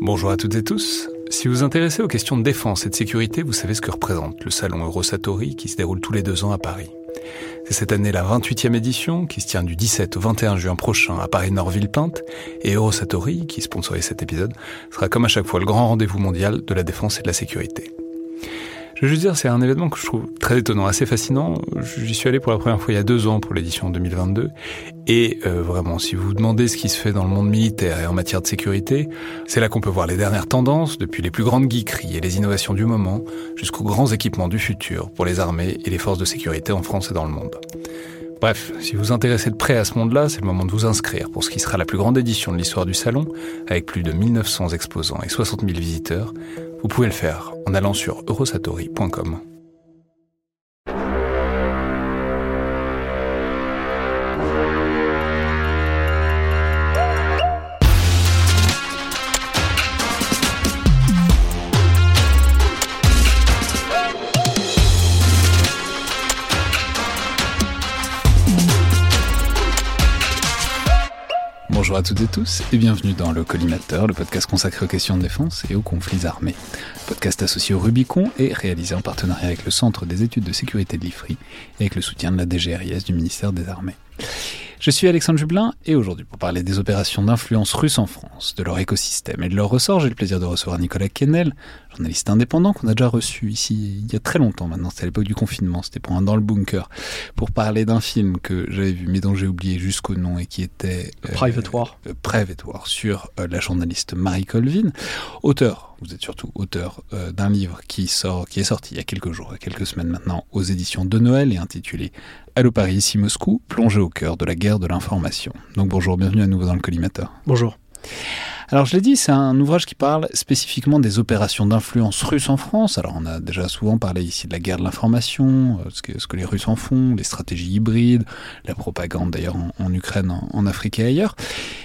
Bonjour à toutes et tous. Si vous vous intéressez aux questions de défense et de sécurité, vous savez ce que représente le salon Eurosatory qui se déroule tous les 2 ans à Paris. C'est cette année la 28e édition qui se tient du 17 au 21 juin prochain à Paris-Nord-Villepinte, et Eurosatory, qui sponsorise cet épisode, sera comme à chaque fois le grand rendez-vous mondial de la défense et de la sécurité. Je veux juste dire, c'est un événement que je trouve très étonnant, assez fascinant. J'y suis allé pour la première fois il y a 2 ans pour l'édition 2022. Et vraiment, si vous vous demandez ce qui se fait dans le monde militaire et en matière de sécurité, c'est là qu'on peut voir les dernières tendances, depuis les plus grandes geekeries et les innovations du moment, jusqu'aux grands équipements du futur pour les armées et les forces de sécurité en France et dans le monde. Bref, si vous vous intéressez de près à ce monde-là, c'est le moment de vous inscrire pour ce qui sera la plus grande édition de l'histoire du salon, avec plus de 1900 exposants et 60 000 visiteurs. Vous pouvez le faire en allant sur eurosatory.com. Bonjour à toutes et tous et bienvenue dans le Collimateur, le podcast consacré aux questions de défense et aux conflits armés. Podcast associé au Rubicon et réalisé en partenariat avec le Centre des études de sécurité de l'IFRI et avec le soutien de la DGRIS du ministère des Armées. Je suis Alexandre Jublin et aujourd'hui pour parler des opérations d'influence russe en France, de leur écosystème et de leur ressort, j'ai le plaisir de recevoir Nicolas Quesnel, journaliste indépendant qu'on a déjà reçu ici il y a très longtemps maintenant, c'était à l'époque du confinement, c'était pour un Dans le Bunker, pour parler d'un film que j'avais vu mais dont j'ai oublié jusqu'au nom et qui était Private War sur la journaliste Marie Colvin, auteur, vous êtes surtout auteur d'un livre qui est sorti il y a quelques jours, il y a quelques semaines maintenant, aux éditions de Noël et intitulé Allô Paris, ici Moscou, plongé au cœur de la guerre de l'information. Donc bonjour, bienvenue à nouveau dans le Collimateur. Bonjour. Alors je l'ai dit, c'est un ouvrage qui parle spécifiquement des opérations d'influence russe en France. Alors on a déjà souvent parlé ici de la guerre de l'information, ce que les Russes en font, les stratégies hybrides, la propagande d'ailleurs en Ukraine, en Afrique et ailleurs.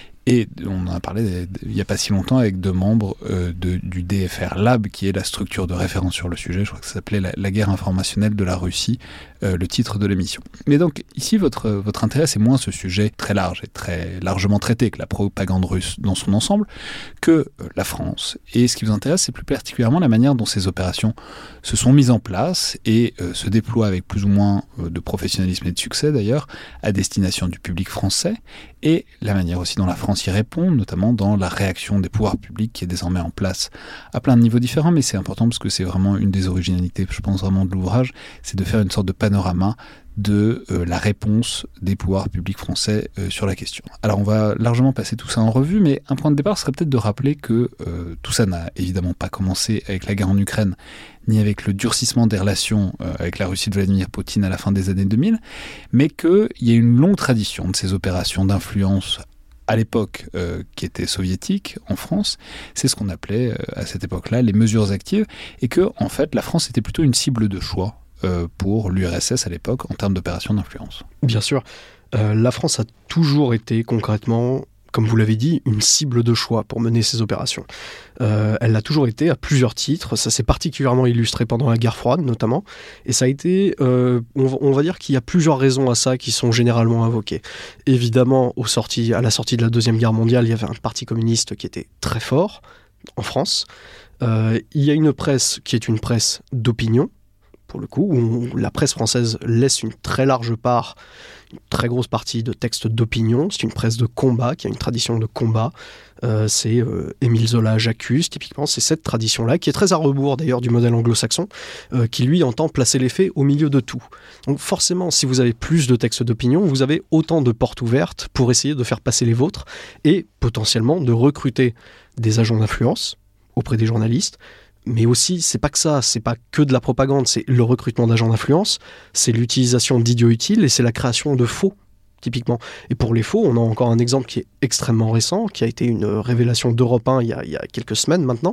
Et on en a parlé il n'y a pas si longtemps avec 2 membres du DFR Lab, qui est la structure de référence sur le sujet. Je crois que ça s'appelait la guerre informationnelle de la Russie, le titre de l'émission. Mais donc, ici, votre intérêt, c'est moins ce sujet très large et très largement traité que la propagande russe dans son ensemble, que la France. Et ce qui vous intéresse, c'est plus particulièrement la manière dont ces opérations se sont mises en place et se déploient avec plus ou moins de professionnalisme et de succès, d'ailleurs, à destination du public français, et la manière aussi dont la France y répond, notamment dans la réaction des pouvoirs publics qui est désormais en place à plein de niveaux différents, mais c'est important parce que c'est vraiment une des originalités, je pense vraiment de l'ouvrage, c'est de faire une sorte de panorama de la réponse des pouvoirs publics français sur la question. Alors on va largement passer tout ça en revue, mais un point de départ serait peut-être de rappeler que tout ça n'a évidemment pas commencé avec la guerre en Ukraine, ni avec le durcissement des relations avec la Russie de Vladimir Poutine à la fin des années 2000, mais qu'il y a une longue tradition de ces opérations d'influence à l'époque qui était soviétique en France. C'est ce qu'on appelait à cette époque-là les mesures actives, et que en fait la France était plutôt une cible de choix pour l'URSS à l'époque en termes d'opérations d'influence. Bien sûr, la France a toujours été concrètement, comme vous l'avez dit, une cible de choix pour mener ces opérations. Elle l'a toujours été à plusieurs titres, ça s'est particulièrement illustré pendant la guerre froide notamment, et ça a été, on va dire qu'il y a plusieurs raisons à ça qui sont généralement invoquées. Évidemment, à la sortie de la Deuxième Guerre mondiale, il y avait un parti communiste qui était très fort en France. Il y a une presse qui est une presse d'opinion, pour le coup, où la presse française laisse une très large part, une très grosse partie de textes d'opinion. C'est une presse de combat, qui a une tradition de combat. C'est Émile Zola, J'accuse, typiquement, c'est cette tradition-là, qui est très à rebours d'ailleurs du modèle anglo-saxon, qui lui entend placer les faits au milieu de tout. Donc forcément, si vous avez plus de textes d'opinion, vous avez autant de portes ouvertes pour essayer de faire passer les vôtres et potentiellement de recruter des agents d'influence auprès des journalistes. Mais aussi, c'est pas que ça, c'est pas que de la propagande, c'est le recrutement d'agents d'influence, c'est l'utilisation d'idiots utiles et c'est la création de faux, typiquement. Et pour les faux, on a encore un exemple qui est extrêmement récent, qui a été une révélation d'Europe 1 il y a quelques semaines maintenant,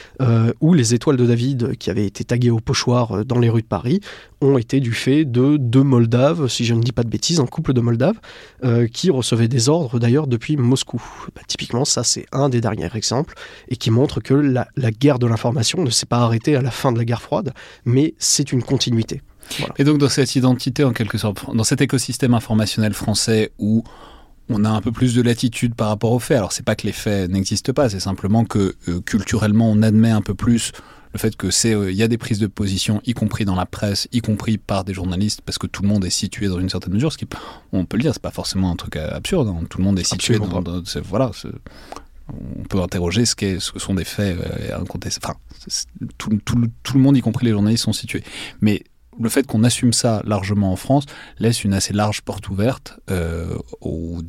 où les étoiles de David qui avaient été taguées au pochoir dans les rues de Paris ont été du fait de 2 Moldaves, si je ne dis pas de bêtises, un couple de Moldaves, qui recevaient des ordres d'ailleurs depuis Moscou. Typiquement, ça c'est un des derniers exemples, et qui montre que la guerre de l'information ne s'est pas arrêtée à la fin de la guerre froide, mais c'est une continuité. Voilà. Et donc dans cette identité, en quelque sorte, dans cet écosystème informationnel français où on a un peu plus de latitude par rapport aux faits. Alors, c'est pas que les faits n'existent pas, c'est simplement que culturellement, on admet un peu plus le fait que il y a des prises de position, y compris dans la presse, y compris par des journalistes, parce que tout le monde est situé dans une certaine mesure. On peut le dire, c'est pas forcément un truc absurde. Hein. Tout le monde est situé on peut interroger ce que sont des faits incontestables. Enfin, tout le monde, y compris les journalistes, sont situés. Mais le fait qu'on assume ça largement en France laisse une assez large porte ouverte aux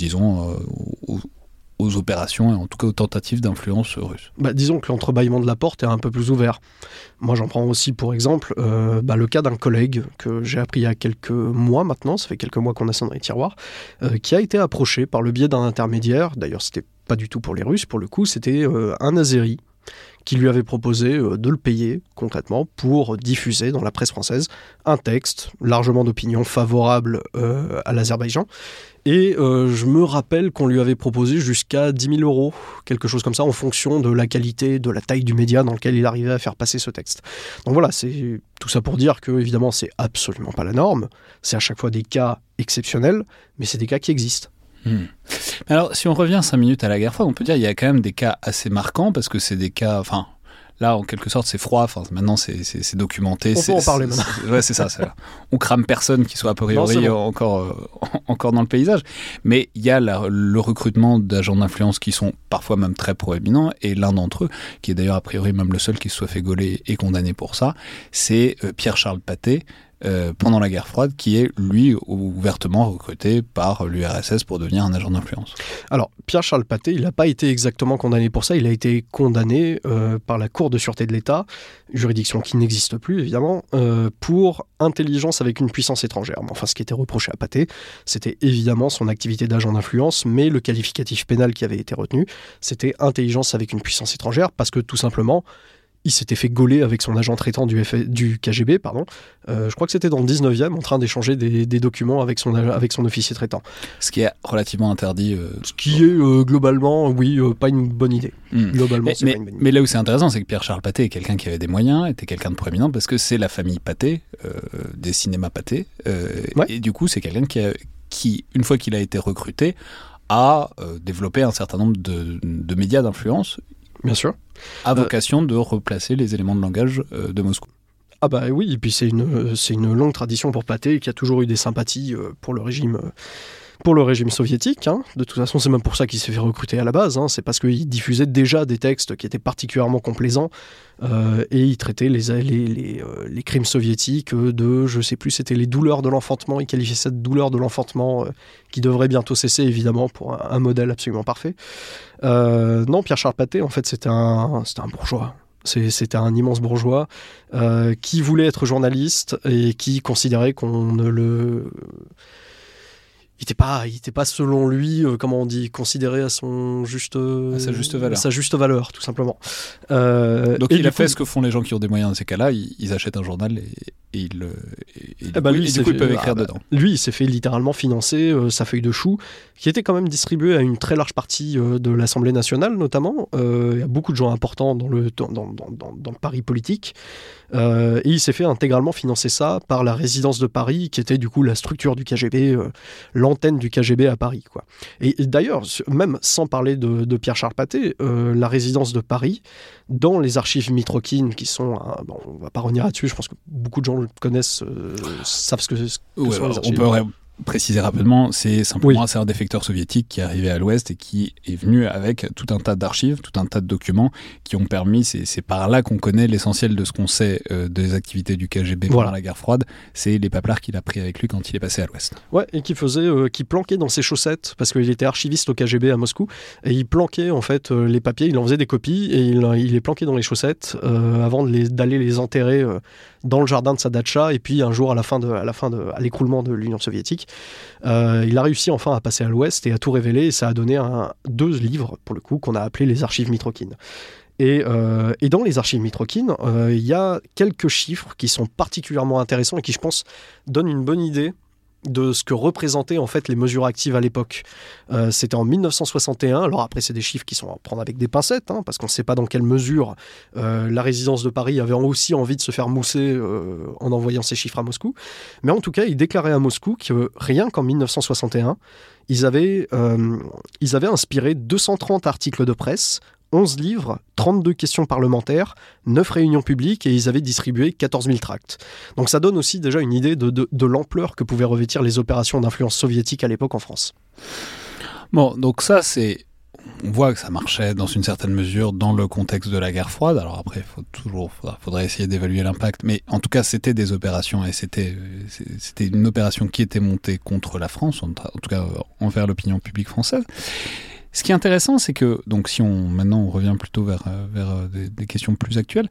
opérations et en tout cas aux tentatives d'influence russe. Disons que l'entrebâillement de la porte est un peu plus ouvert. Moi, j'en prends aussi pour exemple le cas d'un collègue que j'ai appris il y a quelques mois maintenant, ça fait quelques mois qu'on a ça dans les tiroirs, qui a été approché par le biais d'un intermédiaire. D'ailleurs, c'était pas du tout pour les Russes, pour le coup, c'était un Azéri qui lui avait proposé de le payer concrètement pour diffuser dans la presse française un texte largement d'opinion favorable à l'Azerbaïdjan. Et je me rappelle qu'on lui avait proposé jusqu'à 10 000 €, quelque chose comme ça, en fonction de la qualité, de la taille du média dans lequel il arrivait à faire passer ce texte. Donc voilà, c'est tout ça pour dire que, évidemment, c'est absolument pas la norme. C'est à chaque fois des cas exceptionnels, mais c'est des cas qui existent. Alors, si on revient 5 minutes à la guerre froide, on peut dire qu'il y a quand même des cas assez marquants, parce que c'est des cas... Enfin, là, en quelque sorte, c'est froid. Enfin, maintenant, c'est documenté. On peut en parler maintenant. Ouais, c'est ça. On crame personne qui soit a priori encore dans le paysage. Mais il y a le recrutement d'agents d'influence qui sont parfois même très proéminents. Et l'un d'entre eux, qui est d'ailleurs a priori même le seul qui se soit fait gauler et condamné pour ça, c'est Pierre-Charles Pathé, pendant la guerre froide, qui est, lui, ouvertement recruté par l'URSS pour devenir un agent d'influence. Alors, Pierre-Charles Pathé, il n'a pas été exactement condamné pour ça, il a été condamné par la Cour de sûreté de l'État, juridiction qui n'existe plus, évidemment, pour intelligence avec une puissance étrangère. Enfin, ce qui était reproché à Pathé, c'était évidemment son activité d'agent d'influence, mais le qualificatif pénal qui avait été retenu, c'était intelligence avec une puissance étrangère, parce que, tout simplement, il s'était fait gauler avec son agent traitant du KGB, je crois que c'était dans le 19e, en train d'échanger des documents avec son officier traitant. Ce qui est relativement interdit. Ce qui est globalement, oui, pas une bonne idée. Globalement, c'est pas une bonne idée. Mais là où c'est intéressant, c'est que Pierre-Charles Pathé est quelqu'un qui avait des moyens, était quelqu'un de proéminent, parce que c'est la famille Pathé, des cinémas Pathé, Ouais. Et du coup, c'est quelqu'un qui, une fois qu'il a été recruté, a développé un certain nombre de médias d'influence. Bien sûr. À vocation de replacer les éléments de langage de Moscou. Ah bah oui, et puis c'est une longue tradition pour Pathé qui a toujours eu des sympathies pour le régime soviétique. Hein. De toute façon, c'est même pour ça qu'il s'est fait recruter à la base. Hein. C'est parce qu'il diffusait déjà des textes qui étaient particulièrement complaisants et il traitait les crimes soviétiques de, je sais plus, c'était les douleurs de l'enfantement. Il qualifiait ça de douleur de l'enfantement qui devrait bientôt cesser, évidemment, pour un modèle absolument parfait. Non, Pierre-Charles Pathé, en fait, c'était un bourgeois. C'était un immense bourgeois qui voulait être journaliste et qui considérait qu'on ne le... Il n'était pas selon lui, comment on dit, considéré à sa juste valeur. Sa juste valeur, tout simplement. Donc il a fait ce que font les gens qui ont des moyens dans ces cas-là, ils achètent un journal et du coup ils peuvent écrire dedans. Lui, il s'est fait littéralement financer sa feuille de chou, qui était quand même distribuée à une très large partie de l'Assemblée nationale, notamment. Il y a beaucoup de gens importants dans le Paris politique. Et il s'est fait intégralement financer ça par la résidence de Paris, qui était du coup la structure du KGB, l'antenne du KGB à Paris, quoi. Et d'ailleurs, même sans parler de Pierre-Charles Pathé, la résidence de Paris, dans les archives Mitrokhin, qui sont... on va pas revenir là-dessus, je pense que beaucoup de gens le connaissent, savent ce que sont les archives. On peut préciser rapidement, c'est simplement un défecteur soviétique qui est arrivé à l'Ouest et qui est venu avec tout un tas d'archives, tout un tas de documents qui ont permis, c'est par là qu'on connaît l'essentiel de ce qu'on sait des activités du KGB pendant la guerre froide, c'est les paplards qu'il a pris avec lui quand il est passé à l'Ouest. Ouais, et qui planquait dans ses chaussettes, parce qu'il était archiviste au KGB à Moscou, et il planquait en fait les papiers, il en faisait des copies, et il les planquait dans les chaussettes avant d'aller les enterrer dans le jardin de sa datcha, et puis un jour à l'écroulement de l'Union soviétique, il a réussi enfin à passer à l'Ouest et à tout révéler, et ça a donné 2 livres, pour le coup, qu'on a appelés les archives Mitrokhin. Et dans les archives Mitrokhin, il y a quelques chiffres qui sont particulièrement intéressants et qui, je pense, donnent une bonne idée de ce que représentaient en fait les mesures actives à l'époque. C'était en 1961. Alors après, c'est des chiffres qui sont à prendre avec des pincettes, parce qu'on ne sait pas dans quelle mesure la résidence de Paris avait aussi envie de se faire mousser en envoyant ces chiffres à Moscou. Mais en tout cas, il déclarait à Moscou que rien qu'en 1961, ils avaient inspiré 230 articles de presse, 11 livres, 32 questions parlementaires, 9 réunions publiques et ils avaient distribué 14 000 tracts. Donc ça donne aussi déjà une idée de l'ampleur que pouvaient revêtir les opérations d'influence soviétique à l'époque en France. Bon, donc ça on voit que ça marchait dans une certaine mesure dans le contexte de la guerre froide. Alors après, faudrait essayer d'évaluer l'impact. Mais en tout cas, c'était des opérations et c'était une opération qui était montée contre la France, en tout cas envers l'opinion publique française. Ce qui est intéressant, c'est que, donc maintenant on revient plutôt vers des questions plus actuelles,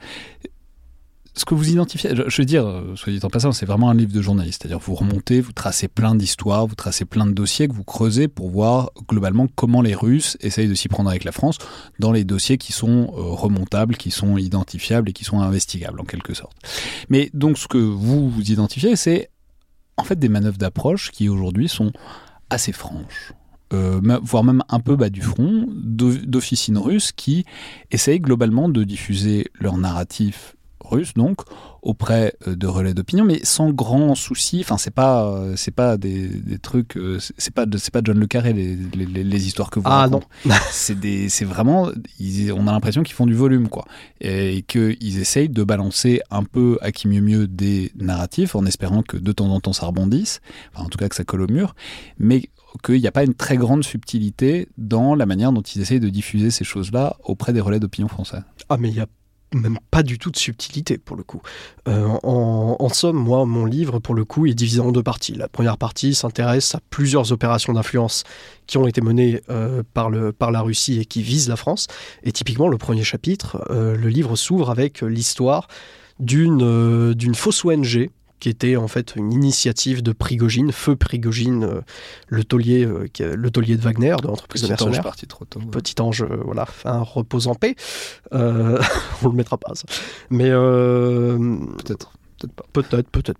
ce que vous identifiez, je veux dire, soit dit en passant, c'est vraiment un livre de journaliste, c'est-à-dire vous remontez, vous tracez plein d'histoires, vous tracez plein de dossiers que vous creusez pour voir globalement comment les Russes essayent de s'y prendre avec la France dans les dossiers qui sont remontables, qui sont identifiables et qui sont investigables en quelque sorte. Mais donc ce que vous identifiez, c'est en fait des manœuvres d'approche qui aujourd'hui sont assez franches. Voire même un peu bas du front, d'officines russes qui essayent globalement de diffuser leur narratif russe, donc, auprès de relais d'opinion, mais sans grand souci. Enfin, c'est pas des trucs... c'est pas John le Carré, les histoires que vous racontez. Non. c'est vraiment... on a l'impression qu'ils font du volume, quoi. Et qu'ils essayent de balancer un peu à qui mieux des narratifs, en espérant que de temps en temps ça rebondisse, enfin, en tout cas que ça colle au mur, mais qu'il n'y a pas une très grande subtilité dans la manière dont ils essayent de diffuser ces choses-là auprès des relais d'opinion français. Ah, mais il y a même pas du tout de subtilité pour le coup. En somme, moi, mon livre pour le coup est divisé en 2 parties. La première partie s'intéresse à plusieurs opérations d'influence qui ont été menées par la Russie et qui visent la France. Et typiquement, le premier chapitre, le livre s'ouvre avec l'histoire d'une fausse ONG qui était en fait une initiative de Prigojine, Feu Prigojine, le taulier de Wagner, de l'entreprise de mercenaires. Petit ange parti trop tôt. Ouais. Petit ange, voilà, repose en paix. On le mettra pas, ça. Mais peut-être pas. Peut-être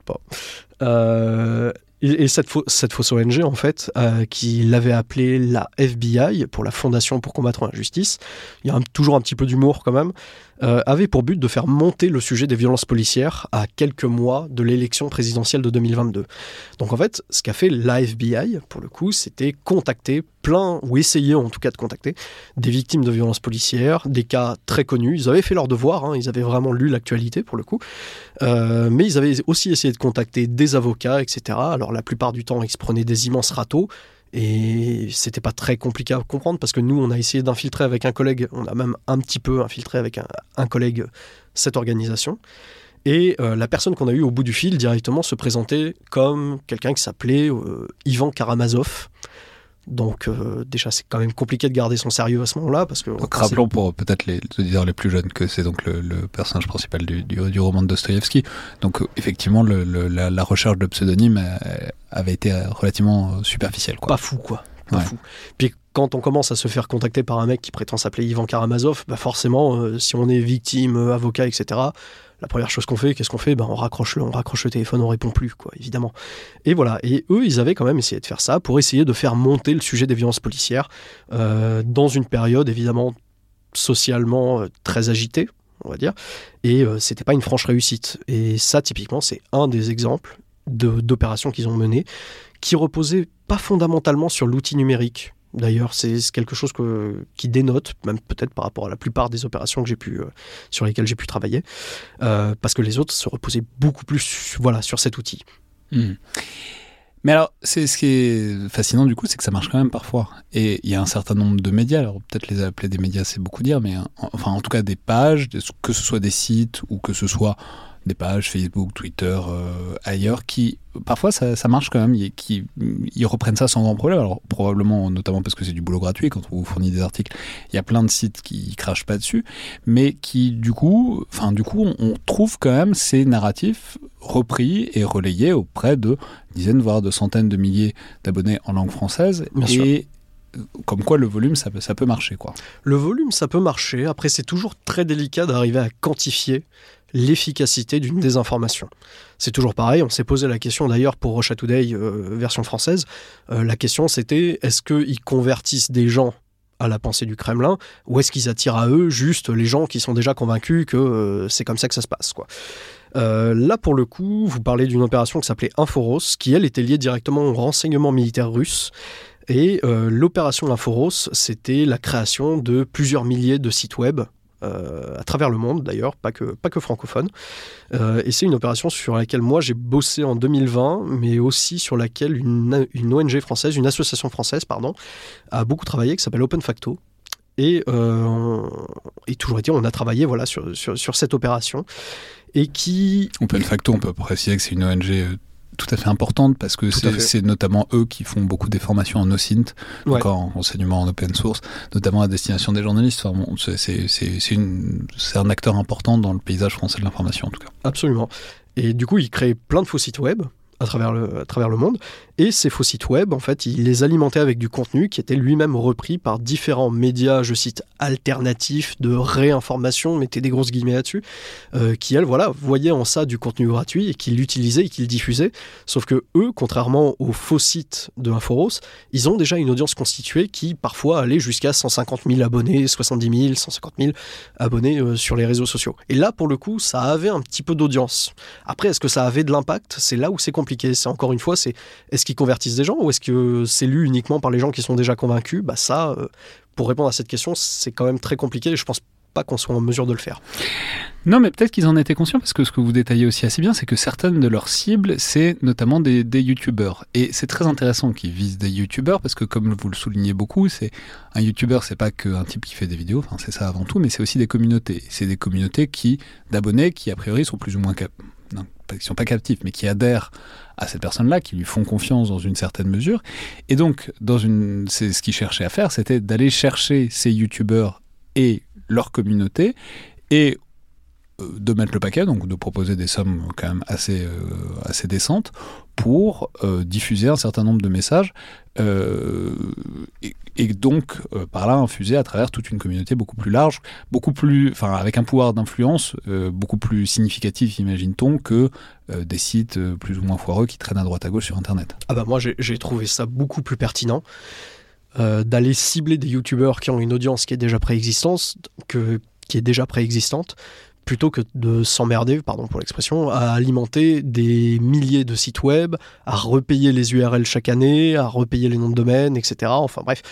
pas. Et cette fausse ONG, en fait, qui l'avait appelée la FBI, pour la Fondation pour combattre l'injustice, il y a toujours un petit peu d'humour quand même, avait pour but de faire monter le sujet des violences policières à quelques mois de l'élection présidentielle de 2022. Donc en fait, ce qu'a fait la FBI, pour le coup, c'était contacter ou essayer en tout cas de contacter des victimes de violences policières, des cas très connus. Ils avaient fait leur devoir, ils avaient vraiment lu l'actualité pour le coup, mais ils avaient aussi essayé de contacter des avocats, etc. Alors la plupart du temps, ils se prenaient des immenses râteaux. Et c'était pas très compliqué à comprendre parce que nous, on a essayé d'infiltrer avec un collègue, on a même un petit peu infiltré avec un collègue cette organisation. Et la personne qu'on a eue au bout du fil directement se présentait comme quelqu'un qui s'appelait Ivan Karamazov. Donc déjà, c'est quand même compliqué de garder son sérieux à ce moment-là. Parce que, donc rappelons pour peut-être les auditeurs les plus jeunes que c'est donc le personnage principal du roman de Dostoïevski. Donc effectivement, la recherche de pseudonyme avait été relativement superficielle. Quoi. Pas fou, quoi. Pas fou. Puis quand on commence à se faire contacter par un mec qui prétend s'appeler Ivan Karamazov, forcément, si on est victime, avocat, etc., la première chose qu'on fait, qu'est-ce qu'on fait ? On raccroche le téléphone, on répond plus, quoi, évidemment. Et voilà. Et eux, ils avaient quand même essayé de faire ça pour essayer de faire monter le sujet des violences policières dans une période, évidemment, socialement très agitée, on va dire. Et c'était pas une franche réussite. Et ça, typiquement, c'est un des exemples d'opérations qu'ils ont menées qui reposaient pas fondamentalement sur l'outil numérique. D'ailleurs, c'est quelque chose qui dénote, même peut-être par rapport à la plupart des opérations que sur lesquelles j'ai pu travailler, parce que les autres se reposaient beaucoup plus sur cet outil. Mmh. Mais alors, ce qui est fascinant du coup, c'est que ça marche quand même parfois. Et il y a un certain nombre de médias, alors peut-être les appeler des médias, c'est beaucoup dire, mais en tout cas des pages, que ce soit des sites ou que ce soit des pages Facebook, Twitter, ailleurs, qui parfois ça marche quand même, ils reprennent ça sans grand problème. Alors probablement, notamment parce que c'est du boulot gratuit, quand on vous fournit des articles, il y a plein de sites qui crachent pas dessus, mais qui du coup on trouve quand même ces narratifs repris et relayés auprès de dizaines, voire de centaines de milliers d'abonnés en langue française. Bien sûr. Comme quoi le volume ça peut marcher, quoi. Le volume ça peut marcher, après c'est toujours très délicat d'arriver à quantifier l'efficacité d'une désinformation. C'est toujours pareil, on s'est posé la question d'ailleurs pour Russia Today, version française. La question c'était, est-ce qu'ils convertissent des gens à la pensée du Kremlin, ou est-ce qu'ils attirent à eux juste les gens qui sont déjà convaincus que c'est comme ça que ça se passe, quoi. Là, pour le coup, vous parlez d'une opération qui s'appelait Inforos, qui, elle, était liée directement au renseignement militaire russe. Et l'opération Inforos, c'était la création de plusieurs milliers de sites web, à travers le monde d'ailleurs, pas que francophones. Et c'est une opération sur laquelle moi j'ai bossé en 2020, mais aussi sur laquelle une ONG française, une association française, a beaucoup travaillé, qui s'appelle Open Facto. Et toujours été, on a travaillé voilà, sur cette opération. Et qui... Open Facto, on peut préciser que c'est une ONG tout à fait importante parce que c'est notamment eux qui font beaucoup des formations en OSINT, donc en renseignement en open source, notamment à destination des journalistes. Enfin, bon, c'est un acteur important dans le paysage français de l'information en tout cas. Absolument. Et du coup, ils créent plein de faux sites web à travers le monde. Et ces faux sites web, en fait, il les alimentait avec du contenu qui était lui-même repris par différents médias, je cite, alternatifs de réinformation, mettez des grosses guillemets là-dessus, qui, elles, voilà, voyaient en ça du contenu gratuit et qui l'utilisaient et qui le diffusaient. Sauf que eux, contrairement aux faux sites de Inforos, ils ont déjà une audience constituée qui, parfois, allait jusqu'à 150 000 abonnés, 70 000, 150 000 abonnés sur les réseaux sociaux. Et là, pour le coup, ça avait un petit peu d'audience. Après, est-ce que ça avait de l'impact ? C'est là où c'est compliqué. C'est encore une fois, est-ce qu'ils convertissent des gens ou est-ce que c'est lu uniquement par les gens qui sont déjà convaincus ? Pour répondre à cette question, c'est quand même très compliqué et je pense pas qu'on soit en mesure de le faire. Non, mais peut-être qu'ils en étaient conscients parce que ce que vous détaillez aussi assez bien, c'est que certaines de leurs cibles, c'est notamment des youtubeurs. Et c'est très intéressant qu'ils visent des youtubeurs parce que, comme vous le soulignez beaucoup, un youtubeur, c'est pas qu'un type qui fait des vidéos, enfin, c'est ça avant tout, mais c'est aussi des communautés. C'est des communautés d'abonnés qui, a priori, sont plus ou moins qui ne sont pas captifs, mais qui adhèrent à cette personne-là, qui lui font confiance dans une certaine mesure. Et donc, c'est ce qu'ils cherchaient à faire, c'était d'aller chercher ces youtubeurs et leur communauté et de mettre le paquet, donc de proposer des sommes quand même assez décentes pour diffuser un certain nombre de messages et donc par là infuser à travers toute une communauté beaucoup plus large, avec un pouvoir d'influence beaucoup plus significatif, imagine-t-on, que des sites plus ou moins foireux qui traînent à droite à gauche sur Internet. Moi j'ai trouvé ça beaucoup plus pertinent d'aller cibler des youtubeurs qui ont une audience qui est déjà préexistante, plutôt que de s'emmerder, pardon pour l'expression, à alimenter des milliers de sites web, à repayer les URL chaque année, à repayer les noms de domaine, etc. Enfin bref,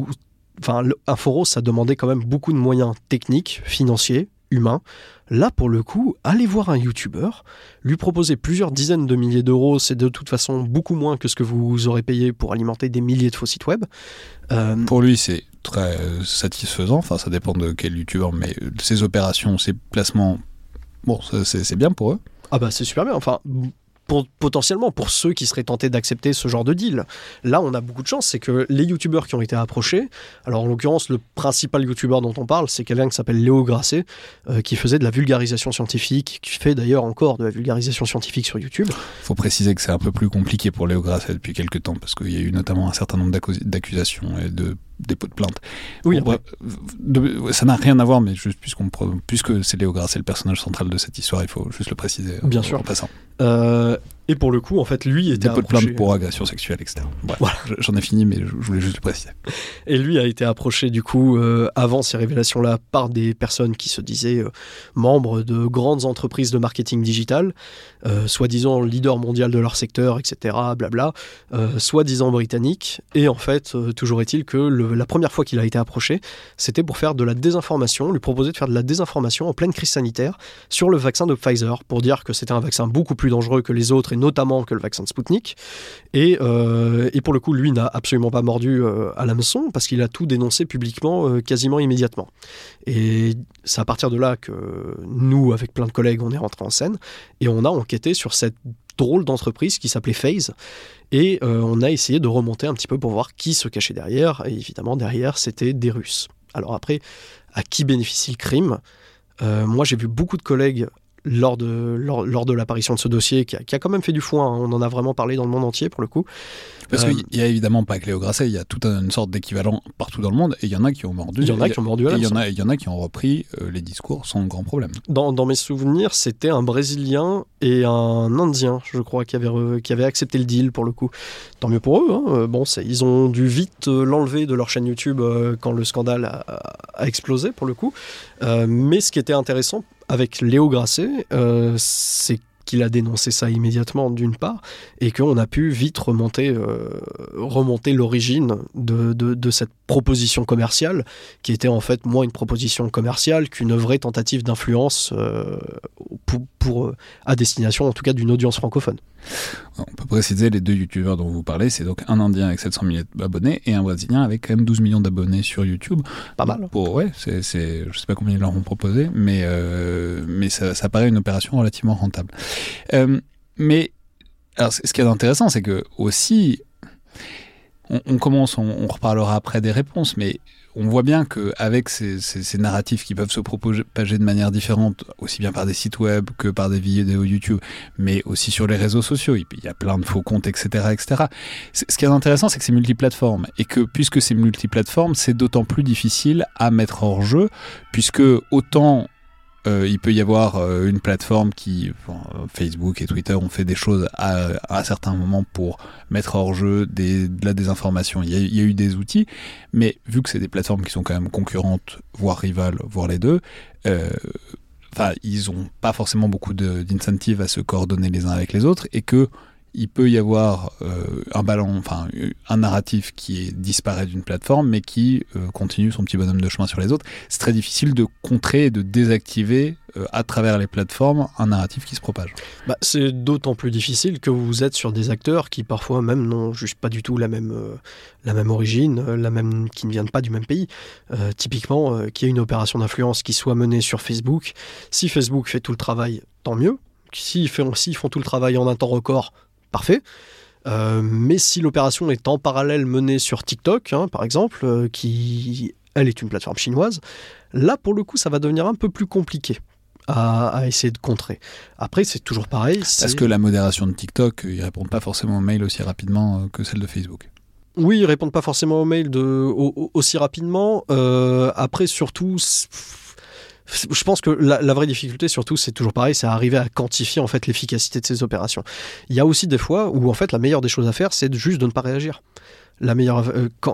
Inforos, ça demandait quand même beaucoup de moyens techniques, financiers, humains. Là, pour le coup, aller voir un youtubeur, lui proposer plusieurs dizaines de milliers d'euros, c'est de toute façon beaucoup moins que ce que vous aurez payé pour alimenter des milliers de faux sites web. Pour lui, c'est très satisfaisant, enfin ça dépend de quel youtubeur, mais ces opérations, ces placements, bon, c'est bien pour eux. C'est super bien, potentiellement pour ceux qui seraient tentés d'accepter ce genre de deal. Là, on a beaucoup de chance, c'est que les youtubeurs qui ont été approchés, alors en l'occurrence, le principal youtubeur dont on parle, c'est quelqu'un qui s'appelle Léo Grasset, qui faisait de la vulgarisation scientifique, qui fait d'ailleurs encore de la vulgarisation scientifique sur YouTube. Il faut préciser que c'est un peu plus compliqué pour Léo Grasset depuis quelques temps, parce qu'il y a eu notamment un certain nombre d'accusations et de dépôts de plainte. Oui, ça n'a rien à voir, mais juste puisque c'est Léo Grasset le personnage central de cette histoire, il faut juste le préciser. Bien sûr. En passant. Et pour le coup, en fait, lui était approché... approché... de plainte pour agression sexuelle, etc. Voilà. J'en ai fini, mais je voulais juste le préciser. Et lui a été approché, du coup, avant ces révélations-là, par des personnes qui se disaient membres de grandes entreprises de marketing digital, soi-disant leader mondial de leur secteur, etc., blabla, soi-disant britanniques. Et en fait, toujours est-il que la première fois qu'il a été approché, c'était pour faire de la désinformation, lui proposer de faire de la désinformation en pleine crise sanitaire sur le vaccin de Pfizer, pour dire que c'était un vaccin beaucoup plus dangereux que les autres, et notamment que le vaccin de Sputnik. Et pour le coup, lui n'a absolument pas mordu à l'hameçon, parce qu'il a tout dénoncé publiquement quasiment immédiatement. Et c'est à partir de là que nous, avec plein de collègues, on est rentrés en scène, et on a enquêté sur cette drôle d'entreprise qui s'appelait FaZe, et on a essayé de remonter un petit peu pour voir qui se cachait derrière, et évidemment derrière c'était des Russes. Alors après, à qui bénéficie le crime ? Moi j'ai vu beaucoup de collègues lors de l'apparition de ce dossier, qui a quand même fait du foin, hein. On en a vraiment parlé dans le monde entier, pour le coup. Parce qu'il n'y a évidemment pas que Léo Grasset, il y a toute une sorte d'équivalent partout dans le monde, et il y en a qui ont mordu. Il y en a qui ont mordu à l'hameçon. Il y en a qui ont repris les discours sans grand problème. Dans mes souvenirs, c'était un Brésilien et un Indien, je crois, qui avaient accepté le deal, pour le coup. Tant mieux pour eux, hein. Bon, ils ont dû vite l'enlever de leur chaîne YouTube quand le scandale a explosé, pour le coup. Mais ce qui était intéressant avec Léo Grasset, c'est qu'il a dénoncé ça immédiatement, d'une part, et qu'on a pu vite remonter l'origine de cette proposition commerciale, qui était en fait moins une proposition commerciale qu'une vraie tentative d'influence à destination, en tout cas, d'une audience francophone. On peut préciser les deux youtubeurs dont vous parlez, c'est donc un Indien avec 700 000 abonnés et un Brésilien avec quand même 12 millions d'abonnés sur YouTube. Pas mal. Ouais, je sais pas combien ils leur ont proposé, mais ça paraît une opération relativement rentable. Mais alors, ce qui est intéressant, c'est que aussi, on reparlera après des réponses, mais on voit bien qu'avec ces narratifs qui peuvent se propager de manière différente, aussi bien par des sites web que par des vidéos YouTube, mais aussi sur les réseaux sociaux, il y a plein de faux comptes, etc. etc. Ce qui est intéressant, c'est que c'est multiplateforme, et que puisque c'est multiplateforme, c'est d'autant plus difficile à mettre hors jeu, puisque autant il peut y avoir une plateforme Facebook et Twitter ont fait des choses à certains moments pour mettre hors jeu de la désinformation. Il y a eu des outils, mais vu que c'est des plateformes qui sont quand même concurrentes, voire rivales, voire les deux, ils n'ont pas forcément beaucoup d'incentives à se coordonner les uns avec les autres, et que il peut y avoir un narratif qui disparaît d'une plateforme, mais qui continue son petit bonhomme de chemin sur les autres. C'est très difficile de contrer et de désactiver à travers les plateformes un narratif qui se propage. C'est d'autant plus difficile que vous êtes sur des acteurs qui parfois même n'ont juste pas du tout la même origine, qui ne viennent pas du même pays. Typiquement, qu'il y ait une opération d'influence qui soit menée sur Facebook, si Facebook fait tout le travail, tant mieux. S'ils font tout le travail en un temps record, parfait. Mais si l'opération est en parallèle menée sur TikTok, par exemple, qui, elle, est une plateforme chinoise, là, pour le coup, ça va devenir un peu plus compliqué à essayer de contrer. Après, c'est toujours pareil. Parce que la modération de TikTok, ils répondent pas forcément aux mails aussi rapidement que celle de Facebook. Oui, ils répondent pas forcément aux mails aussi rapidement. Après, surtout... Je pense que la vraie difficulté, surtout, c'est toujours pareil, c'est arriver à quantifier en fait l'efficacité de ces opérations. Il y a aussi des fois où en fait la meilleure des choses à faire, c'est juste de ne pas réagir. La meilleure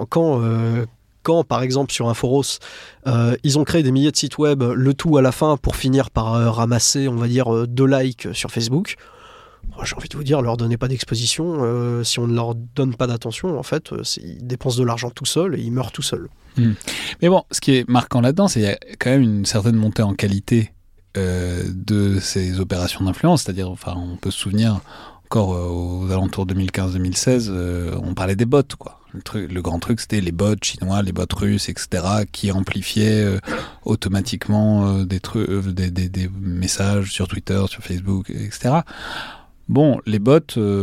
quand par exemple sur Inforos, ils ont créé des milliers de sites web, le tout à la fin pour finir par ramasser, on va dire, 2 likes sur Facebook. J'ai envie de vous dire, leur donnez pas d'exposition. Si on ne leur donne pas d'attention, en fait, ils dépensent de l'argent tout seuls et ils meurent tout seuls. Mais bon, ce qui est marquant là-dedans, c'est qu'il y a quand même une certaine montée en qualité de ces opérations d'influence. C'est-à-dire, on peut se souvenir encore aux alentours 2015-2016, on parlait des bots, quoi. Le grand truc, c'était les bots chinois, les bots russes, etc., qui amplifiaient automatiquement des messages sur Twitter, sur Facebook, etc. Bon, les bots,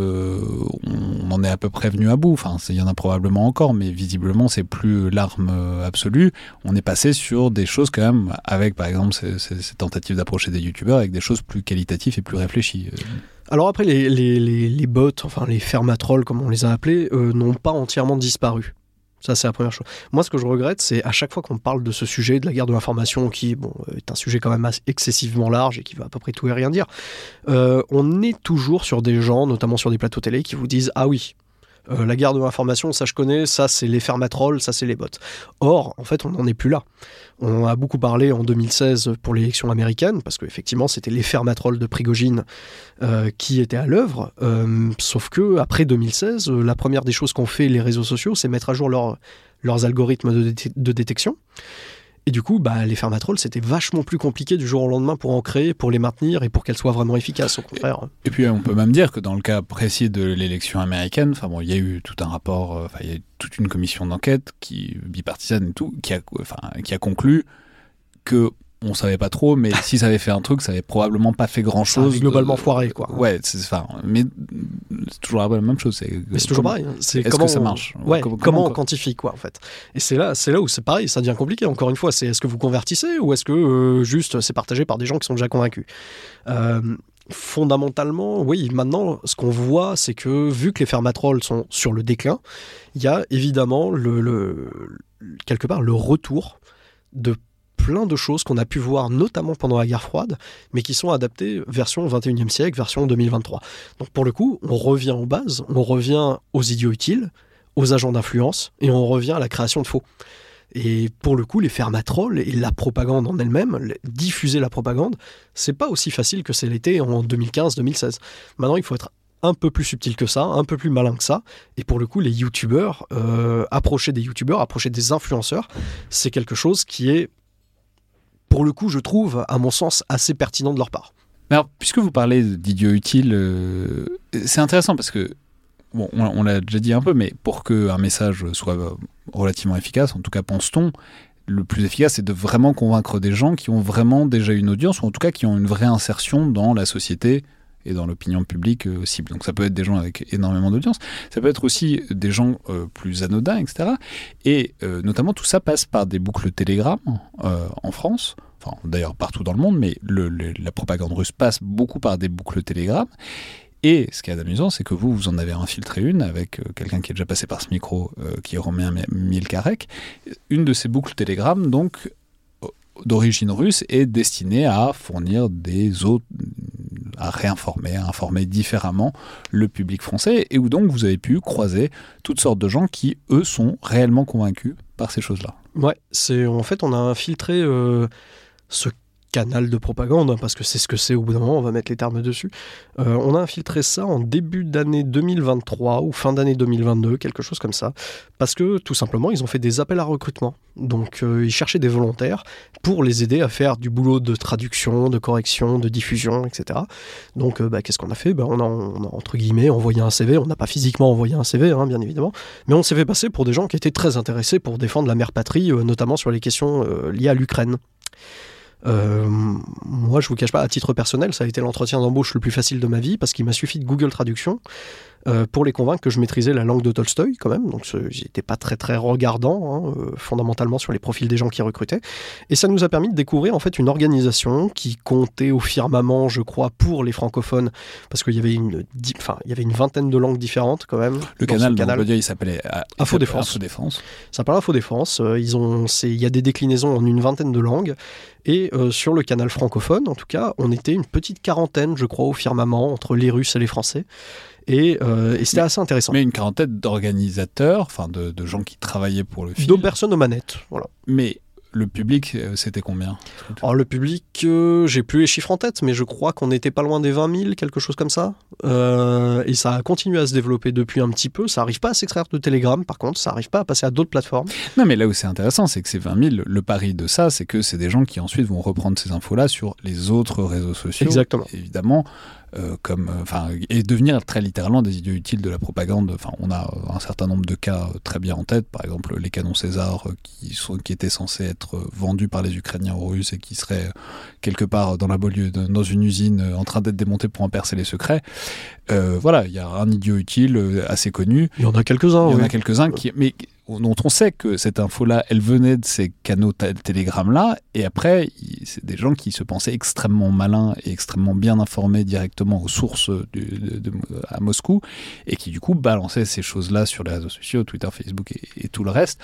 on en est à peu près venu à bout. Il y en a probablement encore, mais visiblement, c'est plus l'arme absolue. On est passé sur des choses quand même, avec par exemple ces tentatives d'approcher des youtubeurs, avec des choses plus qualitatives et plus réfléchies. Alors après, les bots, les fermatrolls, comme on les a appelés, n'ont pas entièrement disparu. Ça, c'est la première chose. Moi, ce que je regrette, c'est à chaque fois qu'on parle de ce sujet, de la guerre de l'information, qui est un sujet quand même excessivement large et qui va à peu près tout et rien dire, on est toujours sur des gens, notamment sur des plateaux télé, qui vous disent « Ah oui, la guerre de l'information, ça je connais, ça c'est les fermatrolls, ça c'est les bots. » Or, en fait, on n'en est plus là. On a beaucoup parlé en 2016 pour l'élection américaine, parce qu'effectivement, c'était les fermatrolls de Prigojine qui étaient à l'œuvre. Sauf que après 2016, la première des choses qu'ont fait les réseaux sociaux, c'est mettre à jour leurs algorithmes de détection. Et du coup, les fermatrolls, c'était vachement plus compliqué du jour au lendemain pour en créer, pour les maintenir et pour qu'elles soient vraiment efficaces, au contraire. Et puis, on peut même dire que dans le cas précis de l'élection américaine, il y a eu tout un rapport, il y a eu toute une commission d'enquête bipartisane et tout, qui a conclu que on savait pas trop, mais si ça avait fait un truc, ça avait probablement pas fait grand chose. Ça avait globalement foiré, quoi. Ouais, mais c'est toujours la même chose. Mais c'est toujours pareil. Est-ce que ça marche? Comment on quantifie, quoi, en fait. Et c'est là où c'est pareil, ça devient compliqué. Encore une fois, c'est est-ce que vous convertissez ou est-ce que juste c'est partagé par des gens qui sont déjà convaincus. Fondamentalement, oui, maintenant, ce qu'on voit, c'est que vu que les fermatrolls sont sur le déclin, il y a évidemment quelque part le retour de plein de choses qu'on a pu voir notamment pendant la guerre froide, mais qui sont adaptées version 21e siècle, version 2023. Donc pour le coup, on revient aux bases, on revient aux idiots utiles, aux agents d'influence, et on revient à la création de faux. Et pour le coup, les fermatrolls et la propagande en elle-même, diffuser la propagande, c'est pas aussi facile que c'est l'était en 2015-2016. Maintenant, il faut être un peu plus subtil que ça, un peu plus malin que ça. Et pour le coup, les youtubeurs, approcher des influenceurs, c'est quelque chose qui est, pour le coup, je trouve, à mon sens, assez pertinent de leur part. Alors, puisque vous parlez d'idiots utiles, c'est intéressant parce que, bon, on l'a déjà dit un peu, mais pour qu'un message soit relativement efficace, en tout cas pense-t-on, le plus efficace, c'est de vraiment convaincre des gens qui ont vraiment déjà une audience, ou en tout cas qui ont une vraie insertion dans la société et dans l'opinion publique cible. Donc ça peut être des gens avec énormément d'audience, ça peut être aussi des gens plus anodins, etc. Et notamment tout ça passe par des boucles Telegram en France, enfin d'ailleurs partout dans le monde, mais la propagande russe passe beaucoup par des boucles Telegram. Et ce qui est amusant, c'est que vous en avez infiltré une avec quelqu'un qui est déjà passé par ce micro, qui est Romain Mielkarek. Une de ces boucles Telegram, donc, d'origine russe, est destinée à fournir à réinformer, à informer différemment le public français, et où donc vous avez pu croiser toutes sortes de gens qui, eux, sont réellement convaincus par ces choses-là. Ouais, en fait, on a infiltré ce canal de propagande, parce que c'est ce que c'est au bout d'un moment, on va mettre les termes dessus. On a infiltré ça en début d'année 2023 ou fin d'année 2022, quelque chose comme ça, parce que tout simplement, ils ont fait des appels à recrutement. Donc, ils cherchaient des volontaires pour les aider à faire du boulot de traduction, de correction, de diffusion, etc. Donc, qu'est-ce qu'on a fait ? On a, entre guillemets, envoyé un CV. On n'a pas physiquement envoyé un CV, bien évidemment, mais on s'est fait passer pour des gens qui étaient très intéressés pour défendre la mère patrie, notamment sur les questions liées à l'Ukraine. Moi, je vous cache pas, à titre personnel, ça a été l'entretien d'embauche le plus facile de ma vie parce qu'il m'a suffi de Google Traduction pour les convaincre que je maîtrisais la langue de Tolstoï quand même. Donc, j'étais pas très très regardant fondamentalement sur les profils des gens qui recrutaient. Et ça nous a permis de découvrir en fait une organisation qui comptait au firmament, je crois, pour les francophones, parce qu'il y avait une vingtaine de langues différentes quand même. Le canal, on peut dire, il s'appelait Infodéfense. Ça s'appelle Infodéfense. Il y a des déclinaisons en une vingtaine de langues. Et sur le canal francophone, en tout cas, on était une petite quarantaine, je crois, au firmament, entre les Russes et les Français. Et c'était assez intéressant. Mais une quarantaine d'organisateurs, enfin de gens qui travaillaient pour le film. Deux personnes aux manettes, voilà. Mais le public, c'était combien ? Alors le public, j'ai plus les chiffres en tête, mais je crois qu'on n'était pas loin des 20 000, quelque chose comme ça. Et ça a continué à se développer depuis un petit peu. Ça n'arrive pas à s'extraire de Telegram, par contre, ça n'arrive pas à passer à d'autres plateformes. Non, mais là où c'est intéressant, c'est que ces 20 000, le pari de ça, c'est que c'est des gens qui ensuite vont reprendre ces infos-là sur les autres réseaux sociaux. Exactement. Évidemment. Et devenir très littéralement des idiots utiles de la propagande. Enfin, on a un certain nombre de cas très bien en tête, par exemple les canons César qui étaient censés être vendus par les Ukrainiens aux Russes et qui seraient quelque part dans la banlieue, dans une usine en train d'être démontés pour en percer les secrets. Voilà, il y a un idiot utile assez connu. Il y en a quelques-uns. Il y en a quelques-uns dont on sait que cette info-là, elle venait de ces canaux Telegram-là, et après, c'est des gens qui se pensaient extrêmement malins et extrêmement bien informés directement aux sources à Moscou, et qui du coup balançaient ces choses-là sur les réseaux sociaux, Twitter, Facebook et tout le reste.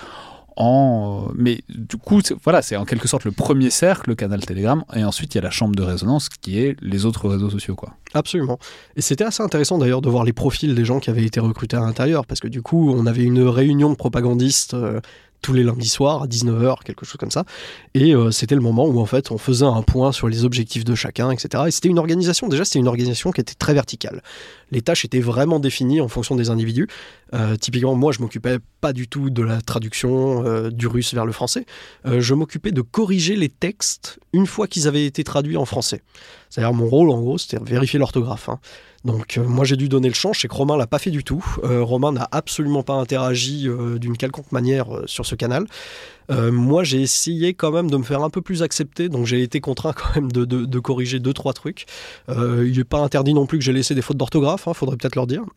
Mais du coup, c'est en quelque sorte le premier cercle, le canal Telegram, et ensuite il y a la chambre de résonance qui est les autres réseaux sociaux, quoi. Absolument. Et c'était assez intéressant d'ailleurs de voir les profils des gens qui avaient été recrutés à l'intérieur, parce que du coup, on avait une réunion de propagandistes tous les lundis soirs à 19h, quelque chose comme ça. Et c'était le moment où en fait on faisait un point sur les objectifs de chacun, etc. Et c'était une organisation qui était très verticale. Les tâches étaient vraiment définies en fonction des individus. Typiquement, moi, je m'occupais pas du tout de la traduction du russe vers le français. Je m'occupais de corriger les textes une fois qu'ils avaient été traduits en français. C'est-à-dire mon rôle, en gros, c'était vérifier l'orthographe. Donc moi j'ai dû donner le change, c'est que Romain l'a pas fait du tout. Romain n'a absolument pas interagi d'une quelconque manière sur ce canal. Moi j'ai essayé quand même de me faire un peu plus accepter, donc j'ai été contraint quand même de corriger 2-3 trucs. Il n'est pas interdit non plus que j'ai laissé des fautes d'orthographe, faudrait peut-être leur dire.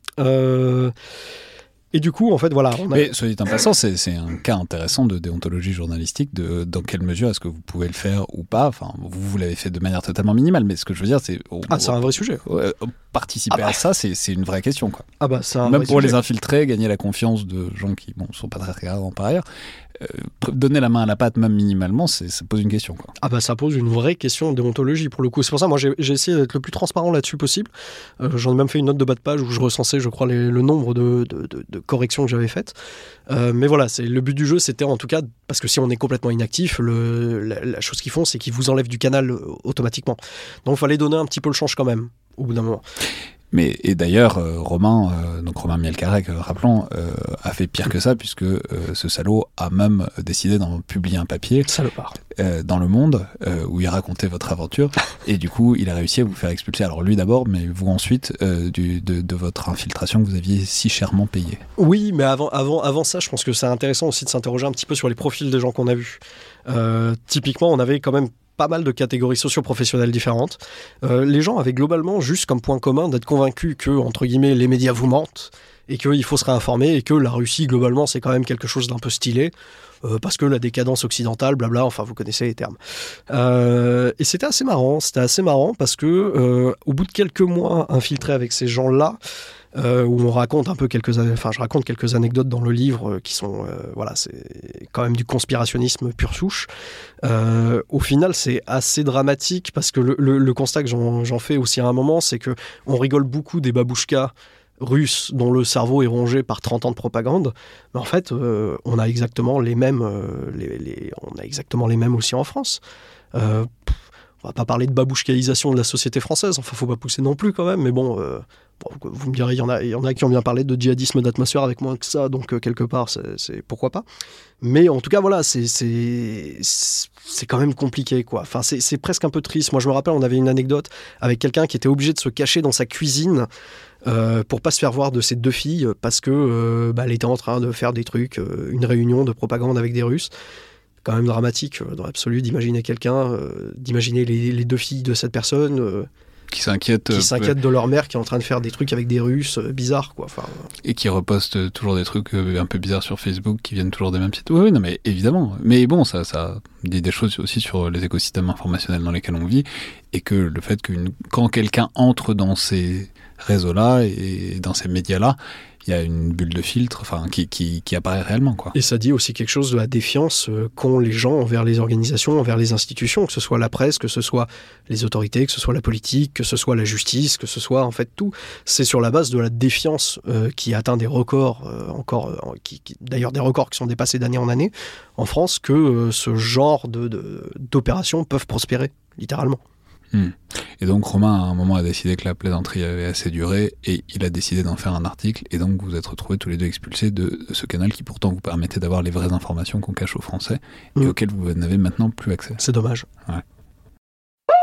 Et du coup, en fait, voilà. Mais soit dit en passant, c'est un cas intéressant de déontologie journalistique, dans quelle mesure est-ce que vous pouvez le faire ou pas. Enfin, vous l'avez fait de manière totalement minimale, mais ce que je veux dire, c'est... c'est un vrai sujet. Participer à ça, c'est une vraie question, quoi. C'est un Même vrai pour sujet. les infiltrer, gagner la confiance de gens qui sont pas très regardants par ailleurs, donner la main à la pâte, même minimalement, ça pose une question, quoi. Ça pose une vraie question de déontologie, pour le coup. C'est pour ça, moi, j'ai essayé d'être le plus transparent là-dessus possible. J'en ai même fait une note de bas de page où je recensais, je crois, le nombre de corrections que j'avais faites. Mais voilà, le but du jeu, c'était en tout cas, parce que si on est complètement inactif, la chose qu'ils font, c'est qu'ils vous enlèvent du canal automatiquement. Donc il fallait donner un petit peu le change quand même, au bout d'un moment. Et d'ailleurs, Romain Mielcarrec, rappelons, a fait pire que ça, puisque ce salaud a même décidé d'en publier un papier dans Le Monde, où il racontait votre aventure, et du coup, il a réussi à vous faire expulser, alors lui d'abord, mais vous ensuite, de votre infiltration que vous aviez si chèrement payée. Oui, mais avant ça, je pense que c'est intéressant aussi de s'interroger un petit peu sur les profils des gens qu'on a vus. Typiquement, on avait quand même pas mal de catégories socio-professionnelles différentes. Les gens avaient globalement juste comme point commun d'être convaincus que, entre guillemets, les médias vous mentent et qu'il faut se réinformer et que la Russie, globalement, c'est quand même quelque chose d'un peu stylé parce que la décadence occidentale, blabla, enfin, vous connaissez les termes. Et c'était assez marrant parce que au bout de quelques mois infiltrés avec ces gens-là, où on raconte un peu je raconte quelques anecdotes dans le livre qui sont, c'est quand même du conspirationnisme pure souche. Au final, c'est assez dramatique parce que le constat que j'en fais aussi à un moment, c'est que on rigole beaucoup des babouchkas russes dont le cerveau est rongé par 30 ans de propagande, mais en fait, on a exactement les mêmes, on a exactement les mêmes aussi en France. On va pas parler de babouchkaïsation de la société française, enfin, faut pas pousser non plus quand même, mais bon, vous me direz, il y en a qui ont bien parlé de djihadisme d'atmosphère avec moins que ça, donc quelque part, c'est pourquoi pas. Mais en tout cas, voilà, c'est quand même compliqué, quoi. Enfin, c'est presque un peu triste. Moi, je me rappelle, on avait une anecdote avec quelqu'un qui était obligé de se cacher dans sa cuisine pour pas se faire voir de ses 2 filles, parce que elle était en train de faire des trucs, une réunion de propagande avec des Russes. Quand même dramatique, dans l'absolu, d'imaginer quelqu'un, d'imaginer les 2 filles de cette personne... qui s'inquiètent de leur mère qui est en train de faire des trucs avec des Russes bizarres, quoi. Enfin, et qui repostent toujours des trucs un peu bizarres sur Facebook qui viennent toujours des mêmes sites. Oui, non, mais évidemment. Mais bon, ça dit des choses aussi sur les écosystèmes informationnels dans lesquels on vit, et que le fait que quand quelqu'un entre dans ces réseaux-là et dans ces médias-là, il y a une bulle de filtre, qui apparaît réellement, quoi. Et ça dit aussi quelque chose de la défiance qu'ont les gens envers les organisations, envers les institutions, que ce soit la presse, que ce soit les autorités, que ce soit la politique, que ce soit la justice, que ce soit en fait tout. C'est sur la base de la défiance qui atteint des records d'ailleurs des records qui sont dépassés d'année en année en France, que ce genre d'opérations peuvent prospérer, littéralement. Et donc Romain à un moment a décidé que la plaisanterie avait assez duré et il a décidé d'en faire un article, et donc vous êtes retrouvés tous les deux expulsés de ce canal qui pourtant vous permettait d'avoir les vraies informations qu'on cache aux Français et auxquelles vous n'avez maintenant plus accès. C'est dommage. Ouais.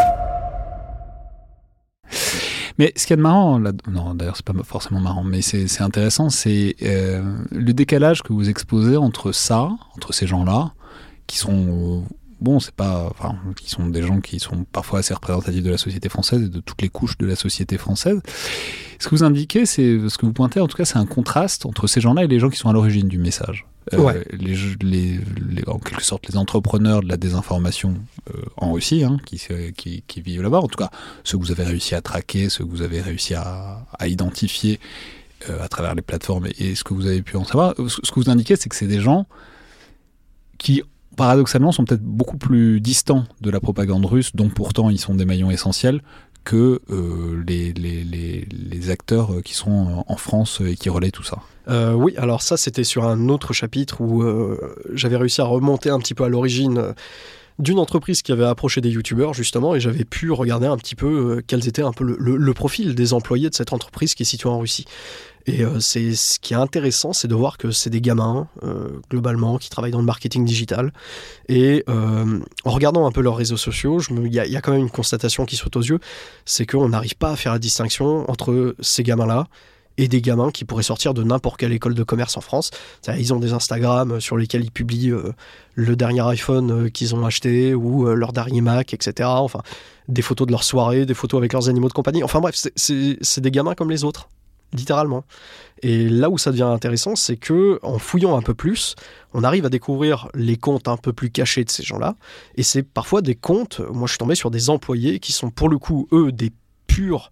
Mais ce qu'il y a de marrant, non d'ailleurs c'est pas forcément marrant, mais c'est intéressant, c'est le décalage que vous exposez entre ces gens-là, qui sont... qui sont des gens qui sont parfois assez représentatifs de la société française et de toutes les couches de la société française. Ce que vous indiquez, ce que vous pointez, en tout cas, c'est un contraste entre ces gens-là et les gens qui sont à l'origine du message. Ouais. En quelque sorte, les entrepreneurs de la désinformation en Russie, qui vivent là-bas, en tout cas, ceux que vous avez réussi à traquer, ceux que vous avez réussi à identifier à travers les plateformes et ce que vous avez pu en savoir. Ce que vous indiquez, c'est que c'est des gens qui paradoxalement sont peut-être beaucoup plus distants de la propagande russe, dont pourtant ils sont des maillons essentiels, que les acteurs qui sont en France et qui relaient tout ça. Oui, alors ça c'était sur un autre chapitre où j'avais réussi à remonter un petit peu à l'origine d'une entreprise qui avait approché des youtubeurs justement, et j'avais pu regarder un petit peu quels étaient un peu le profil des employés de cette entreprise qui est située en Russie. Et c'est ce qui est intéressant, c'est de voir que c'est des gamins, globalement, qui travaillent dans le marketing digital. Et en regardant un peu leurs réseaux sociaux, il y a quand même une constatation qui saute aux yeux, c'est qu'on n'arrive pas à faire la distinction entre ces gamins-là et des gamins qui pourraient sortir de n'importe quelle école de commerce en France. C'est-à-dire, ils ont des Instagram sur lesquels ils publient le dernier iPhone qu'ils ont acheté ou leur dernier Mac, etc. Enfin, des photos de leur soirée, des photos avec leurs animaux de compagnie. Enfin bref, c'est des gamins comme les autres. Littéralement. Et là où ça devient intéressant, c'est que en fouillant un peu plus, on arrive à découvrir les comptes un peu plus cachés de ces gens-là. Et c'est parfois des comptes, moi je suis tombé sur des employés qui sont pour le coup, eux, des purs,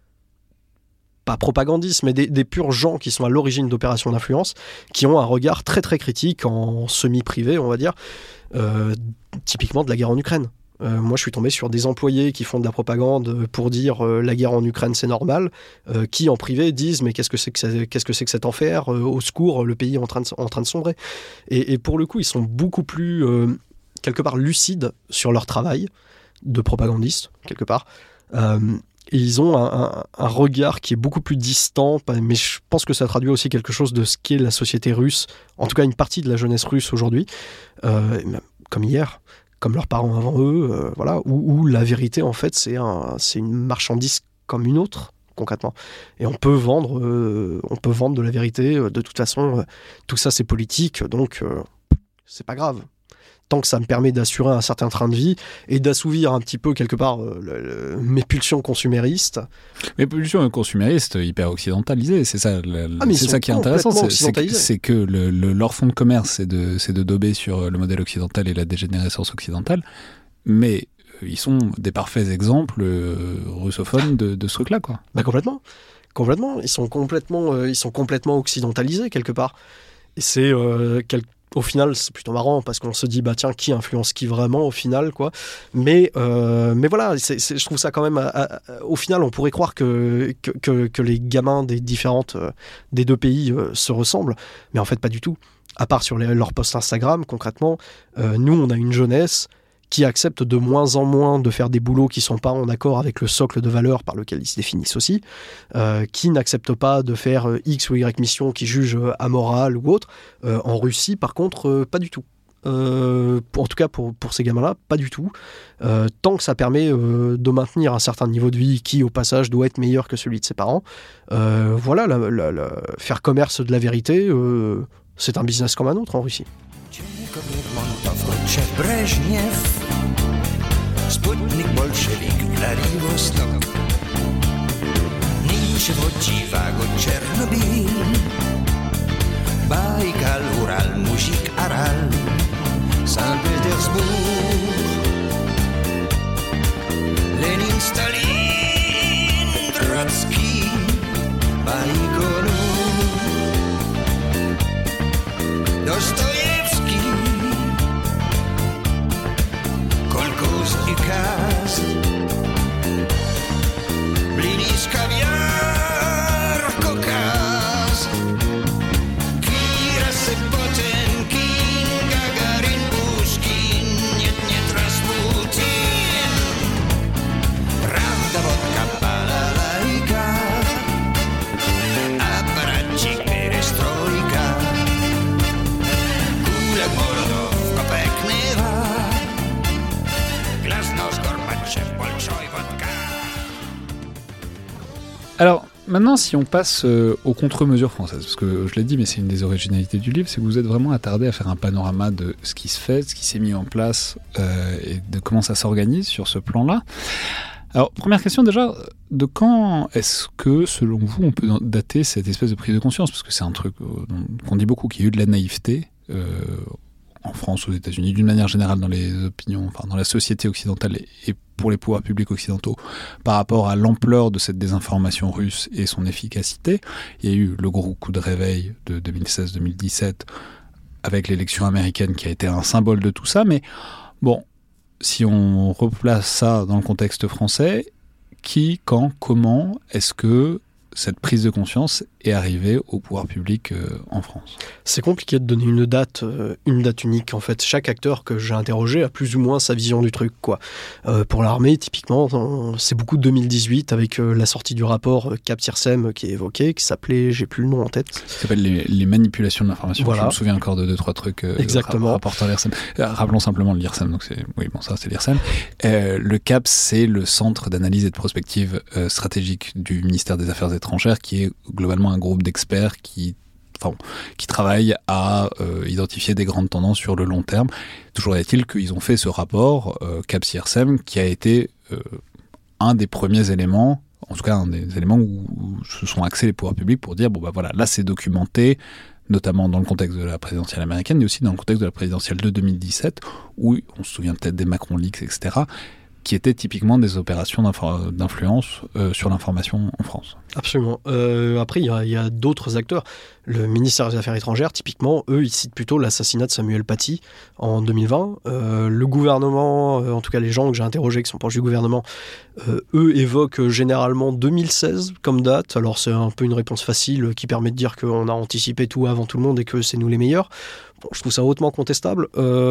pas propagandistes, mais des purs gens qui sont à l'origine d'opérations d'influence, qui ont un regard très très critique en semi-privé, on va dire, typiquement de la guerre en Ukraine. Moi, je suis tombé sur des employés qui font de la propagande pour dire la guerre en Ukraine, c'est normal, qui en privé disent mais qu'est-ce que c'est que cet enfer, au secours, le pays est en train de sombrer. Et pour le coup, ils sont beaucoup plus, quelque part, lucides sur leur travail de propagandiste, quelque part. Et ils ont un regard qui est beaucoup plus distant, mais je pense que ça traduit aussi quelque chose de ce qu'est la société russe, en tout cas une partie de la jeunesse russe aujourd'hui, comme hier, comme leurs parents avant eux, voilà, où la vérité, en fait, c'est une marchandise comme une autre, concrètement. Et on peut vendre de la vérité, de toute façon, tout ça c'est politique, donc c'est pas grave. Tant que ça me permet d'assurer un certain train de vie et d'assouvir un petit peu, quelque part, mes pulsions consuméristes. Mes pulsions consuméristes hyper occidentalisées, c'est ça, c'est ça qui est intéressant, c'est que leur fond de commerce, c'est de dober sur le modèle occidental et la dégénérescence occidentale, mais ils sont des parfaits exemples russophones de ce truc-là, quoi. Bah complètement. Ils sont complètement occidentalisés, quelque part. Et c'est au final, c'est plutôt marrant parce qu'on se dit, bah tiens, qui influence qui vraiment au final, quoi. Mais voilà, je trouve ça quand même. Au final, on pourrait croire que les gamins des deux pays se ressemblent, mais en fait, pas du tout. À part sur leurs posts Instagram, concrètement, nous, on a une jeunesse qui accepte de moins en moins de faire des boulots qui ne sont pas en accord avec le socle de valeurs par lequel ils se définissent aussi, qui n'acceptent pas de faire X ou Y mission qui jugent amorale ou autre. En Russie, par contre, pas du tout. En tout cas, pour ces gamins-là, pas du tout. Tant que ça permet de maintenir un certain niveau de vie qui, au passage, doit être meilleur que celui de ses parents. Voilà, faire commerce de la vérité, c'est un business comme un autre en Russie. Brezhnev, Sputnik, Bolshevik, Vladivostok. Ничего дивного, Чернобыль, Байкал, Урал, Мужик, Арал, Санкт-Петербург, Ленин, Сталин, Троцкий, Байконур, Достоевский, Kolkhoz i Kaz, Blinis, kawiar, Kokaz, Kirasy, Potenkin, Gagarin, Puszkin, nie Rasputin, Prawda, wodka, balalajka, aparacik, perestrojka, Gulag, Molotow, Kopek, Newa, Alors, maintenant, si on passe aux contre-mesures françaises, parce que je l'ai dit, mais c'est une des originalités du livre, c'est que vous êtes vraiment attardé à faire un panorama de ce qui se fait, ce qui s'est mis en place et de comment ça s'organise sur ce plan-là. Alors, première question déjà, de quand est-ce que, selon vous, on peut dater cette espèce de prise de conscience ? Parce que c'est un truc qu'on dit beaucoup, qu'il y a eu de la naïveté en France, aux États-Unis, d'une manière générale dans les opinions, enfin dans la société occidentale et pour les pouvoirs publics occidentaux, par rapport à l'ampleur de cette désinformation russe et son efficacité. Il y a eu le gros coup de réveil de 2016-2017 avec l'élection américaine qui a été un symbole de tout ça, mais bon, si on replace ça dans le contexte français, qui, quand, comment est-ce que cette prise de conscience est arrivée au pouvoir public en France? C'est compliqué de donner une date unique. En fait, chaque acteur que j'ai interrogé a plus ou moins sa vision du truc, quoi. Pour l'armée, typiquement, c'est beaucoup de 2018 avec la sortie du rapport CAPS-IRSEM qui est évoqué, qui s'appelait, j'ai plus le nom en tête. Ça s'appelle les manipulations de l'information. Voilà. Je me souviens encore de 2-3 trucs rapportant l'IRSEM. Rappelons simplement l'IRSEM. Donc c'est l'IRSEM. Le CAPS, c'est le centre d'analyse et de prospective stratégique du ministère des Affaires étrangères, qui est globalement un groupe d'experts qui travaillent à identifier des grandes tendances sur le long terme. Toujours est-il qu'ils ont fait ce rapport CAPS-IRSEM qui a été un des premiers éléments, en tout cas un des éléments où se sont axés les pouvoirs publics pour dire là c'est documenté, notamment dans le contexte de la présidentielle américaine, mais aussi dans le contexte de la présidentielle de 2017, où on se souvient peut-être des Macron Leaks, etc., qui étaient typiquement des opérations d'influence sur l'information en France. Absolument. Après, il y a d'autres acteurs. Le ministère des Affaires étrangères, typiquement, eux, ils citent plutôt l'assassinat de Samuel Paty en 2020. Le gouvernement, en tout cas les gens que j'ai interrogés qui sont proches du gouvernement, eux évoquent généralement 2016 comme date. Alors c'est un peu une réponse facile qui permet de dire qu'on a anticipé tout avant tout le monde et que c'est nous les meilleurs. Bon, je trouve ça hautement contestable.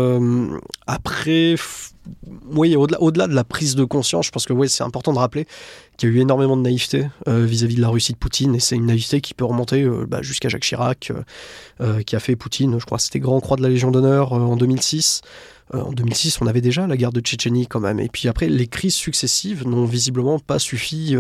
Après, oui, au-delà de la prise de conscience, je pense que c'est important de rappeler qu'il y a eu énormément de naïveté vis-à-vis de la Russie de Poutine, et c'est une naïveté qui peut remonter jusqu'à Jacques Chirac, qui a fait Poutine, je crois que c'était Grand Croix de la Légion d'honneur en 2006. En 2006, on avait déjà la guerre de Tchétchénie quand même. Et puis après, les crises successives n'ont visiblement pas suffi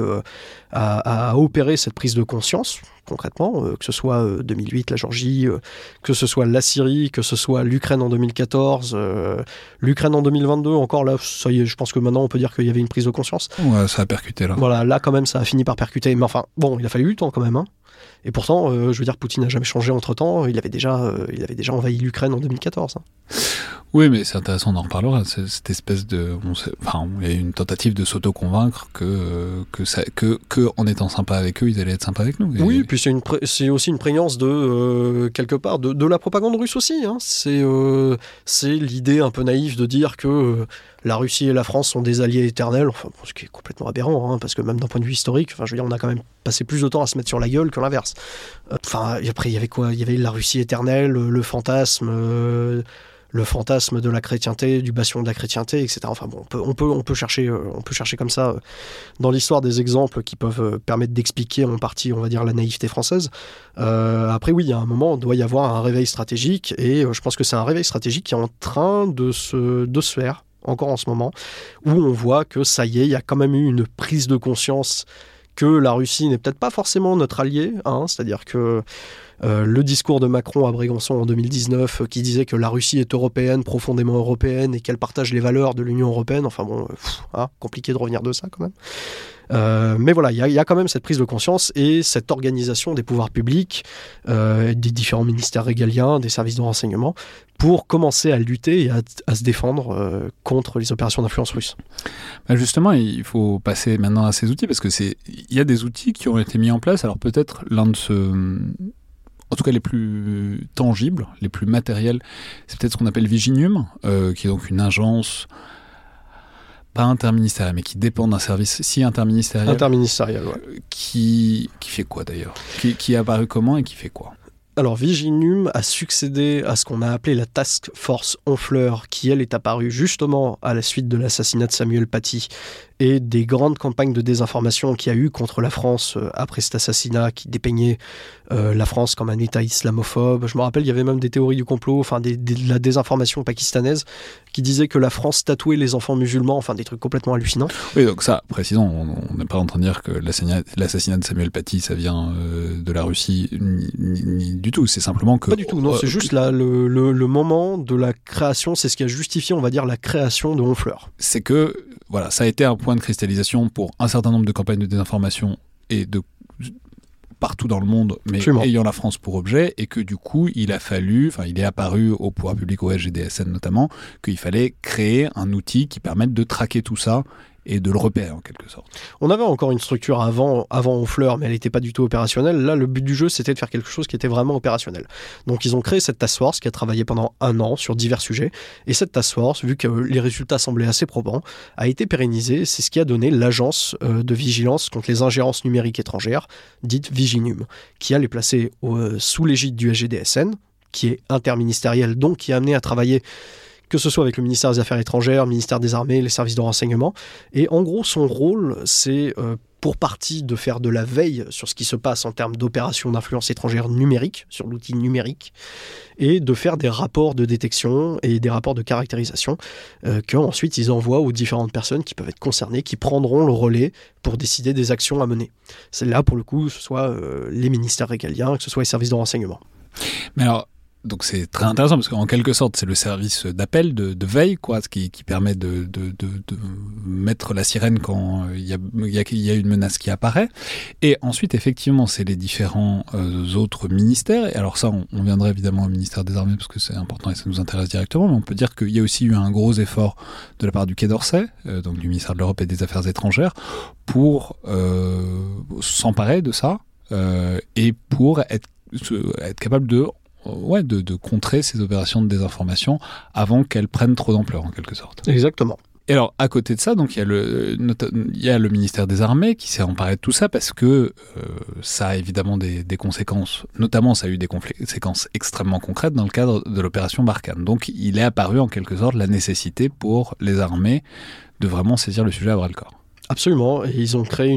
à opérer cette prise de conscience, concrètement, que ce soit 2008, la Géorgie, que ce soit la Syrie, que ce soit l'Ukraine en 2014, l'Ukraine en 2022, encore là, ça y est, je pense que maintenant on peut dire qu'il y avait une prise de conscience. Ouais, ça a percuté là. Voilà, là quand même ça a fini par percuter. Mais enfin, bon, il a fallu du temps quand même, hein. Et pourtant, je veux dire, Poutine n'a jamais changé entre-temps. Il avait déjà envahi l'Ukraine en 2014. Hein. Oui, mais c'est intéressant, on en reparlera. Cette espèce de, il y a une tentative de s'auto-convaincre que en étant sympa avec eux, ils allaient être sympas avec nous. Oui, puis c'est aussi une prégnance de quelque part de la propagande russe aussi. Hein. C'est l'idée un peu naïve de dire que la Russie et la France sont des alliés éternels. Enfin, ce qui est complètement aberrant, hein, parce que même d'un point de vue historique, je veux dire, on a quand même passé plus de temps à se mettre sur la gueule que l'inverse. Après, il y avait quoi ? Il y avait la Russie éternelle, le fantasme de la chrétienté, du bastion de la chrétienté, etc. Enfin bon, on peut chercher comme ça dans l'histoire des exemples qui peuvent permettre d'expliquer en partie, on va dire, la naïveté française. Après, oui, il y a un moment, il doit y avoir un réveil stratégique, et je pense que c'est un réveil stratégique qui est en train de se faire, encore en ce moment, où on voit que ça y est, il y a quand même eu une prise de conscience que la Russie n'est peut-être pas forcément notre allié, hein, c'est-à-dire que le discours de Macron à Brégançon en 2019 qui disait que la Russie est européenne, profondément européenne, et qu'elle partage les valeurs de l'Union européenne, enfin bon, compliqué de revenir de ça quand même. Mais voilà, il y a quand même cette prise de conscience et cette organisation des pouvoirs publics, des différents ministères régaliens, des services de renseignement, pour commencer à lutter et à se défendre contre les opérations d'influence russe. Justement, il faut passer maintenant à ces outils, parce que il y a des outils qui ont été mis en place. Alors peut-être en tout cas les plus tangibles, les plus matériels, c'est peut-être ce qu'on appelle Viginium, qui est donc une agence pas interministérielle, mais qui dépend d'un service interministériel. Interministériel, ouais. Qui fait quoi d'ailleurs ? Qui est apparu comment et qui fait quoi ? Alors, Viginium a succédé à ce qu'on a appelé la Task Force Honfleur, qui, elle, est apparue justement à la suite de l'assassinat de Samuel Paty et des grandes campagnes de désinformation qu'il y a eu contre la France après cet assassinat, qui dépeignait la France comme un État islamophobe. Je me rappelle, il y avait même des théories du complot, enfin de la désinformation pakistanaise, qui disait que la France tatouait les enfants musulmans, enfin des trucs complètement hallucinants. Oui, donc ça, précisons, on n'est pas en train de dire que l'assassinat de Samuel Paty, ça vient de la Russie, ni du tout. C'est simplement que... Pas du tout, non, c'est juste le moment de la création, c'est ce qui a justifié, on va dire, la création de Honfleur. C'est que, voilà, ça a été un point de cristallisation pour un certain nombre de campagnes de désinformation et de partout dans le monde, mais Absolument. Ayant la France pour objet, et que du coup, il est apparu au pouvoir public, au SGDSN notamment, qu'il fallait créer un outil qui permette de traquer tout ça et de le repérer en quelque sorte. On avait encore une structure avant Honfleur, mais elle n'était pas du tout opérationnelle. Là, le but du jeu, c'était de faire quelque chose qui était vraiment opérationnel. Donc, ils ont créé cette task force qui a travaillé pendant 1 an sur divers sujets. Et cette task force, vu que les résultats semblaient assez probants, a été pérennisée. C'est ce qui a donné l'agence de vigilance contre les ingérences numériques étrangères, dite Viginum, qui a les placé sous l'égide du SGDSN, qui est interministériel, donc qui est amené à travailler que ce soit avec le ministère des Affaires étrangères, le ministère des Armées, les services de renseignement. Et en gros, son rôle, c'est pour partie de faire de la veille sur ce qui se passe en termes d'opérations d'influence étrangère numérique, sur l'outil numérique, et de faire des rapports de détection et des rapports de caractérisation qu'ensuite ils envoient aux différentes personnes qui peuvent être concernées, qui prendront le relais pour décider des actions à mener. C'est là, pour le coup, que ce soit les ministères régaliens, que ce soit les services de renseignement. Mais alors, donc c'est très intéressant parce qu'en quelque sorte c'est le service d'appel, de veille, quoi, ce qui permet de mettre la sirène quand il y a une menace qui apparaît. Et ensuite effectivement c'est les différents autres ministères. Et alors ça on viendrait évidemment au ministère des Armées parce que c'est important et ça nous intéresse directement. Mais on peut dire qu'il y a aussi eu un gros effort de la part du Quai d'Orsay, donc du ministère de l'Europe et des Affaires étrangères, pour s'emparer de ça et pour être capable de contrer ces opérations de désinformation avant qu'elles prennent trop d'ampleur, en quelque sorte. Exactement. Et alors, à côté de ça, donc, il y a le ministère des Armées qui s'est emparé de tout ça parce que ça a évidemment des conséquences. Notamment, ça a eu des conséquences extrêmement concrètes dans le cadre de l'opération Barkhane. Donc, il est apparu en quelque sorte la nécessité pour les armées de vraiment saisir le sujet à bras-le-corps. Absolument. Et ils ont créé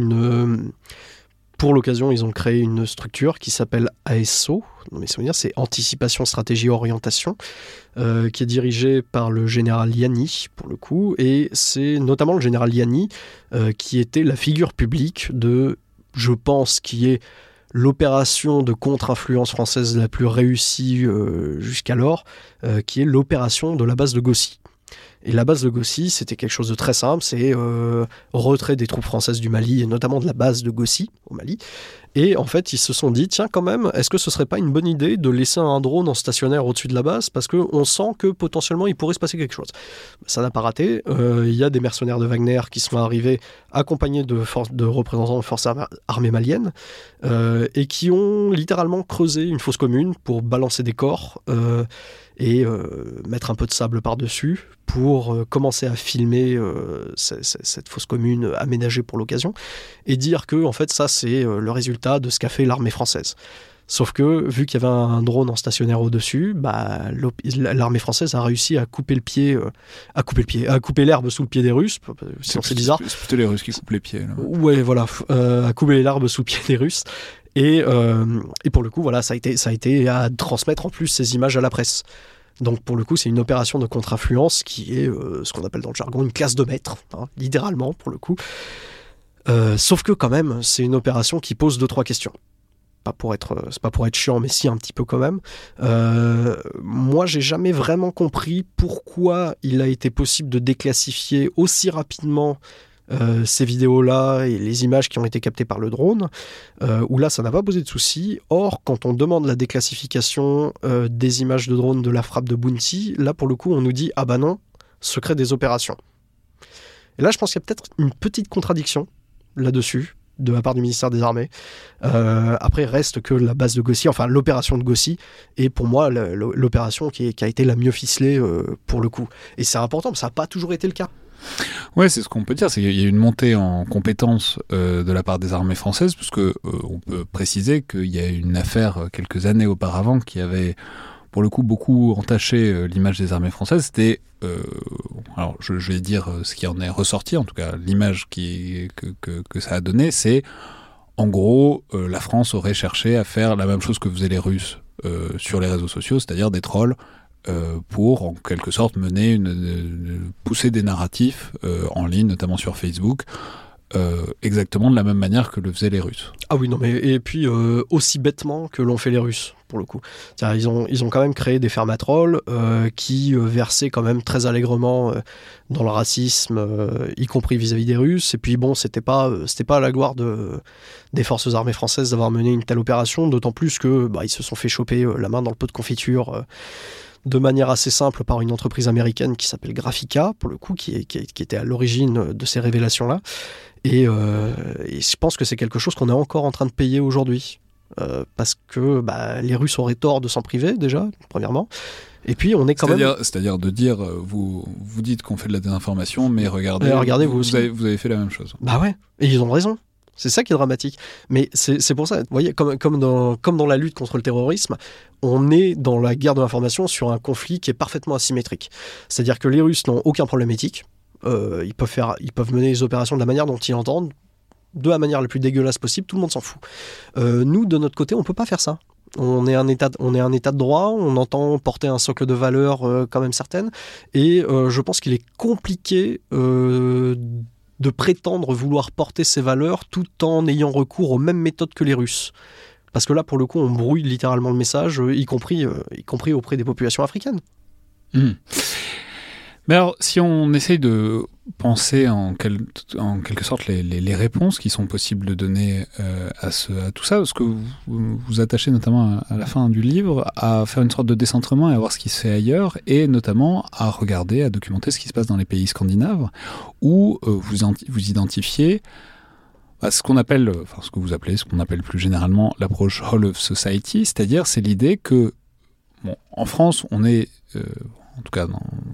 pour l'occasion, ils ont créé une structure qui s'appelle ASO, dans mes souvenirs, c'est Anticipation, Stratégie, Orientation, qui est dirigée par le général Yanni, pour le coup, et c'est notamment le général Yanni qui était la figure publique de, je pense, qui est l'opération de contre-influence française la plus réussie jusqu'alors, qui est l'opération de la base de Gossi. Et la base de Gossi, c'était quelque chose de très simple, c'est retrait des troupes françaises du Mali, et notamment de la base de Gossi, au Mali. Et en fait, ils se sont dit, tiens, quand même, est-ce que ce serait pas une bonne idée de laisser un drone en stationnaire au-dessus de la base, parce qu'on sent que potentiellement, il pourrait se passer quelque chose. Ça n'a pas raté. Il y a des mercenaires de Wagner qui sont arrivés accompagnés de représentants de forces armées maliennes, et qui ont littéralement creusé une fosse commune pour balancer des corps, et mettre un peu de sable par-dessus pour commencer à filmer cette fosse commune aménagée pour l'occasion et dire que en fait ça c'est le résultat de ce qu'a fait l'armée française. Sauf que vu qu'il y avait un drone en stationnaire au-dessus, l'armée française a réussi à couper l'herbe sous le pied des Russes. Sinon c'est bizarre. C'est plutôt les Russes qui coupent les pieds. Là. Ouais, voilà, à couper l'herbe sous le pied des Russes. Et pour le coup, voilà, ça a été à transmettre en plus ces images à la presse. Donc pour le coup, c'est une opération de contre-influence qui est ce qu'on appelle dans le jargon une classe de maître, hein, littéralement pour le coup. Sauf que quand même, c'est une opération qui pose 2-3 questions. C'est pas pour être chiant, mais si un petit peu quand même. Moi, j'ai jamais vraiment compris pourquoi il a été possible de déclassifier aussi rapidement ces vidéos-là et les images qui ont été captées par le drone, où là, ça n'a pas posé de soucis. Or, quand on demande la déclassification des images de drone de la frappe de Bounty, là, pour le coup, on nous dit « Ah bah non, secret des opérations ». Et là, je pense qu'il y a peut-être une petite contradiction là-dessus, de la part du ministère des Armées. Après, reste que la base de Gossi, enfin l'opération de Gossi, est pour moi l'opération qui a été la mieux ficelée pour le coup. Et c'est important, parce que ça n'a pas toujours été le cas. Ouais, c'est ce qu'on peut dire, c'est qu'il y a une montée en compétences de la part des armées françaises, parce que on peut préciser qu'il y a une affaire quelques années auparavant qui avait pour le coup beaucoup entaché l'image des armées françaises. C'était, alors je vais dire ce qui en est ressorti, en tout cas l'image que ça a donné, c'est en gros la France aurait cherché à faire la même chose que faisaient les Russes sur les réseaux sociaux, c'est-à-dire des trolls, pour en quelque sorte pousser des narratifs en ligne, notamment sur Facebook, exactement de la même manière que le faisaient les Russes. Ah oui, non, mais et puis aussi bêtement que l'ont fait les Russes, pour le coup. C'est-à-dire, ils ont quand même créé des fermes à trolls qui versaient quand même très allègrement dans le racisme, y compris vis-à-vis des Russes. Et puis bon, c'était pas à la gloire des forces armées françaises d'avoir mené une telle opération, d'autant plus que ils se sont fait choper la main dans le pot de confiture de manière assez simple par une entreprise américaine qui s'appelle Graphica, pour le coup, qui était à l'origine de ces révélations-là. Et je pense que c'est quelque chose qu'on est encore en train de payer aujourd'hui. Parce que les Russes auraient tort de s'en priver, déjà, premièrement. Et puis, on est quand même... C'est-à-dire de dire, vous dites qu'on fait de la désinformation, mais regardez, vous avez fait la même chose. Bah ouais, et ils ont raison. C'est ça qui est dramatique. Mais c'est pour ça, vous voyez, comme dans la lutte contre le terrorisme, on est dans la guerre de l'information sur un conflit qui est parfaitement asymétrique. C'est-à-dire que les Russes n'ont aucun problème éthique. Ils peuvent mener les opérations de la manière dont ils entendent, de la manière la plus dégueulasse possible, tout le monde s'en fout. Nous, de notre côté, on ne peut pas faire ça. On est un état de droit, on entend porter un socle de valeurs quand même certaines, et je pense qu'il est compliqué de prétendre vouloir porter ces valeurs tout en ayant recours aux mêmes méthodes que les Russes. Parce que là, pour le coup, on brouille littéralement le message, y compris auprès des populations africaines. Mais alors, si on essaye de penser en quelque sorte les réponses qui sont possibles de donner à tout ça, parce que vous attachez notamment à la fin du livre à faire une sorte de décentrement et à voir ce qui se fait ailleurs, et notamment à regarder, à documenter ce qui se passe dans les pays scandinaves, où vous identifiez ce qu'on appelle, ce que vous appelez, ce qu'on appelle plus généralement l'approche whole of society, c'est-à-dire c'est l'idée que, en France, on est, en tout cas,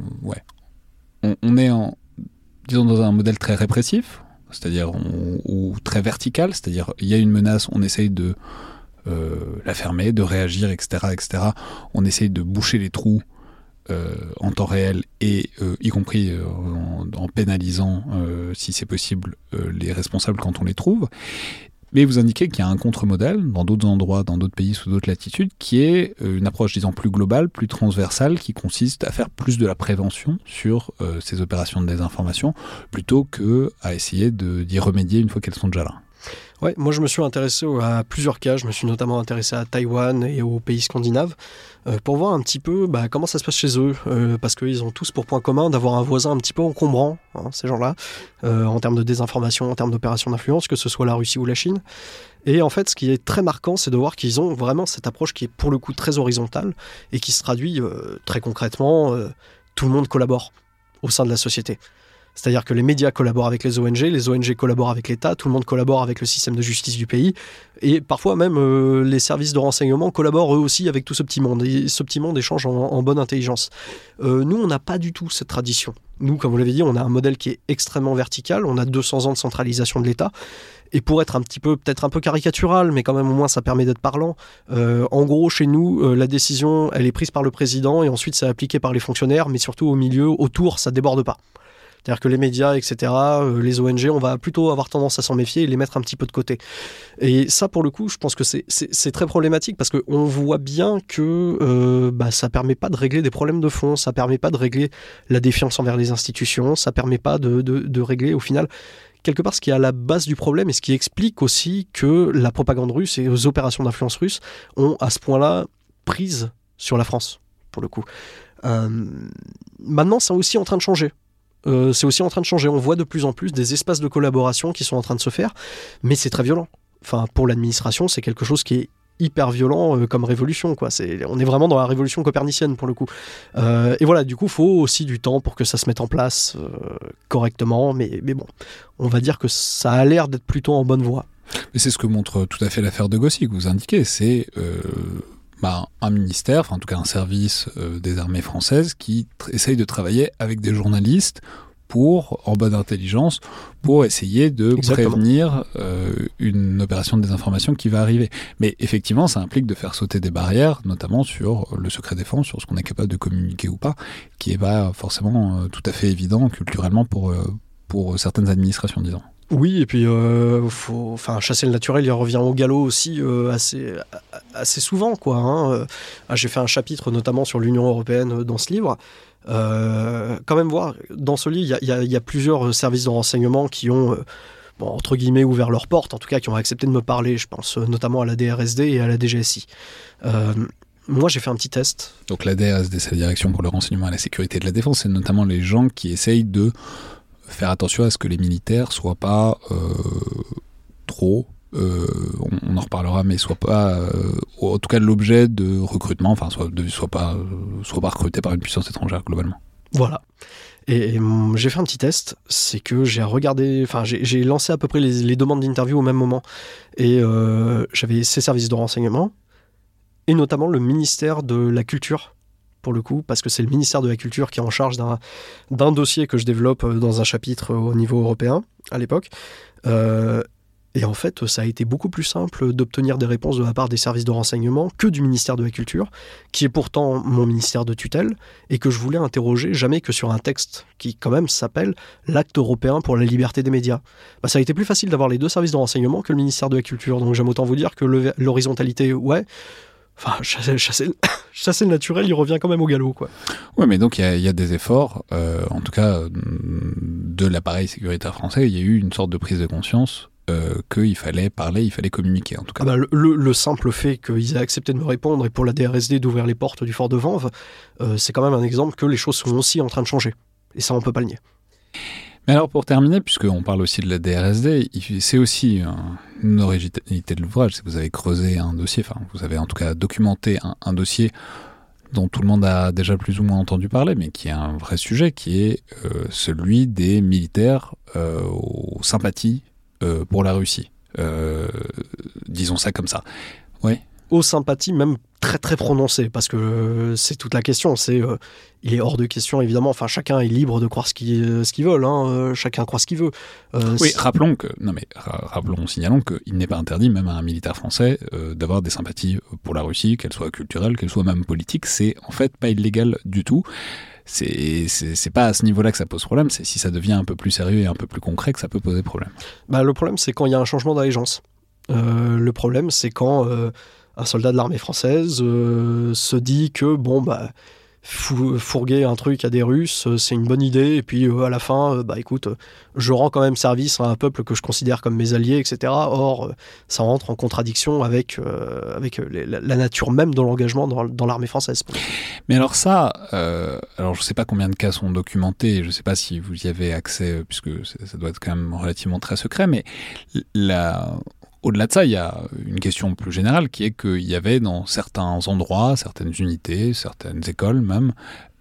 on est dans un modèle très répressif, c'est-à-dire ou très vertical, c'est-à-dire il y a une menace, on essaye de la fermer, de réagir, etc., etc. On essaye de boucher les trous en temps réel et y compris en pénalisant, si c'est possible, les responsables quand on les trouve. Mais vous indiquez qu'il y a un contre-modèle dans d'autres endroits, dans d'autres pays, sous d'autres latitudes, qui est une approche, disons, plus globale, plus transversale, qui consiste à faire plus de la prévention sur ces opérations de désinformation, plutôt qu'à essayer d'y remédier une fois qu'elles sont déjà là. Ouais, moi je me suis intéressé à plusieurs cas. Je me suis notamment intéressé à Taïwan et aux pays scandinaves pour voir un petit peu comment ça se passe chez eux, parce qu'ils ont tous pour point commun d'avoir un voisin un petit peu encombrant, ces gens-là, en termes de désinformation, en termes d'opérations d'influence, que ce soit la Russie ou la Chine. Et en fait, ce qui est très marquant, c'est de voir qu'ils ont vraiment cette approche qui est pour le coup très horizontale et qui se traduit très concrètement, tout le monde collabore au sein de la société. C'est-à-dire que les médias collaborent avec les ONG collaborent avec l'État, tout le monde collabore avec le système de justice du pays, et parfois même les services de renseignement collaborent eux aussi avec tout ce petit monde, et ce petit monde échange en bonne intelligence. Nous, on n'a pas du tout cette tradition. Nous, comme vous l'avez dit, on a un modèle qui est extrêmement vertical, on a 200 ans de centralisation de l'État, et pour être peut-être un peu caricatural, mais quand même au moins ça permet d'être parlant, en gros chez nous, la décision elle est prise par le président, et ensuite c'est appliqué par les fonctionnaires, mais surtout au milieu, autour, ça déborde pas. C'est-à-dire que les médias, etc., les ONG, on va plutôt avoir tendance à s'en méfier et les mettre un petit peu de côté. Et ça, pour le coup, je pense que c'est très problématique parce qu'on voit bien que ça ne permet pas de régler des problèmes de fond, ça ne permet pas de régler la défiance envers les institutions, ça ne permet pas de régler, au final, quelque part ce qui est à la base du problème et ce qui explique aussi que la propagande russe et les opérations d'influence russe ont à ce point-là prise sur la France, pour le coup. Maintenant, c'est aussi en train de changer. On voit de plus en plus des espaces de collaboration qui sont en train de se faire, mais c'est très violent. Enfin, pour l'administration, c'est quelque chose qui est hyper violent comme révolution, quoi. On est vraiment dans la révolution copernicienne, pour le coup. Et voilà, du coup, il faut aussi du temps pour que ça se mette en place correctement, mais bon, on va dire que ça a l'air d'être plutôt en bonne voie. Mais c'est ce que montre tout à fait l'affaire de Gossi que vous indiquez, c'est... un ministère, enfin en tout cas un service des armées françaises qui essaye de travailler avec des journalistes en bonne intelligence, pour essayer de prévenir une opération de désinformation qui va arriver. Mais effectivement, ça implique de faire sauter des barrières, notamment sur le secret défense, sur ce qu'on est capable de communiquer ou pas, qui n'est pas forcément tout à fait évident culturellement pour certaines administrations, disons. Oui, et puis chasser le naturel, il revient au galop aussi assez souvent, quoi. J'ai fait un chapitre notamment sur l'Union européenne dans ce livre. Quand même voir, dans ce livre, il y a plusieurs services de renseignement qui ont, entre guillemets, ouvert leurs portes, en tout cas qui ont accepté de me parler. Je pense notamment à la DRSD et à la DGSI. Moi, j'ai fait un petit test. Donc la DRSD, c'est la Direction pour le renseignement et la sécurité de la défense. C'est notamment les gens qui essayent de faire attention à ce que les militaires soient pas trop on en reparlera, mais soit pas, en tout cas l'objet de recrutement, enfin soit pas recruté par une puissance étrangère globalement. Voilà. Et j'ai fait un petit test, c'est que j'ai regardé, enfin j'ai lancé à peu près les demandes d'interview au même moment. Et j'avais ces services de renseignement, et notamment le ministère de la Culture, pour le coup, parce que c'est le ministère de la Culture qui est en charge d'un dossier que je développe dans un chapitre au niveau européen, à l'époque. Et en fait, ça a été beaucoup plus simple d'obtenir des réponses de la part des services de renseignement que du ministère de la Culture, qui est pourtant mon ministère de tutelle, et que je voulais interroger jamais que sur un texte qui, quand même, s'appelle l'Acte européen pour la liberté des médias. Bah, ça a été plus facile d'avoir les deux services de renseignement que le ministère de la Culture. Donc j'aime autant vous dire que l'horizontalité, ouais. Enfin, chasser le naturel, il revient quand même au galop, quoi. Ouais, mais donc il y a des efforts, en tout cas de l'appareil sécuritaire français, il y a eu une sorte de prise de conscience qu'il fallait parler, il fallait communiquer, en tout cas. Ah bah, le simple fait qu'ils aient accepté de me répondre et pour la DRSD d'ouvrir les portes du fort de Vanves, c'est quand même un exemple que les choses sont aussi en train de changer. Et ça, on peut pas le nier. Mais alors, pour terminer, puisqu'on parle aussi de la DRSD, c'est aussi une originalité de l'ouvrage, c'est que vous avez creusé un dossier, enfin, vous avez en tout cas documenté un dossier dont tout le monde a déjà plus ou moins entendu parler, mais qui est un vrai sujet, qui est celui des militaires aux sympathies pour la Russie. Disons ça comme ça. Oui. Aux sympathies même très très prononcées, parce que c'est toute la question. Il est hors de question, évidemment. Enfin, chacun est libre de croire ce qu'il veut. Hein. Chacun croit ce qu'il veut. Oui, signalons qu'il n'est pas interdit, même à un militaire français, d'avoir des sympathies pour la Russie, qu'elles soient culturelles, qu'elles soient même politiques. C'est en fait pas illégal du tout. C'est pas à ce niveau-là que ça pose problème, c'est si ça devient un peu plus sérieux et un peu plus concret que ça peut poser problème. Bah, le problème, c'est quand il y a un changement d'allégeance. Le problème, c'est quand un soldat de l'armée française se dit que, bon, bah, fourguer un truc à des Russes, c'est une bonne idée, et puis à la fin, bah écoute, je rends quand même service à un peuple que je considère comme mes alliés, etc. Or, ça entre en contradiction avec la nature même de l'engagement dans l'armée française. Mais alors ça, alors je sais pas combien de cas sont documentés, je sais pas si vous y avez accès, puisque ça doit être quand même relativement très secret, mais au-delà de ça, il y a une question plus générale qui est qu'il y avait dans certains endroits, certaines unités, certaines écoles même,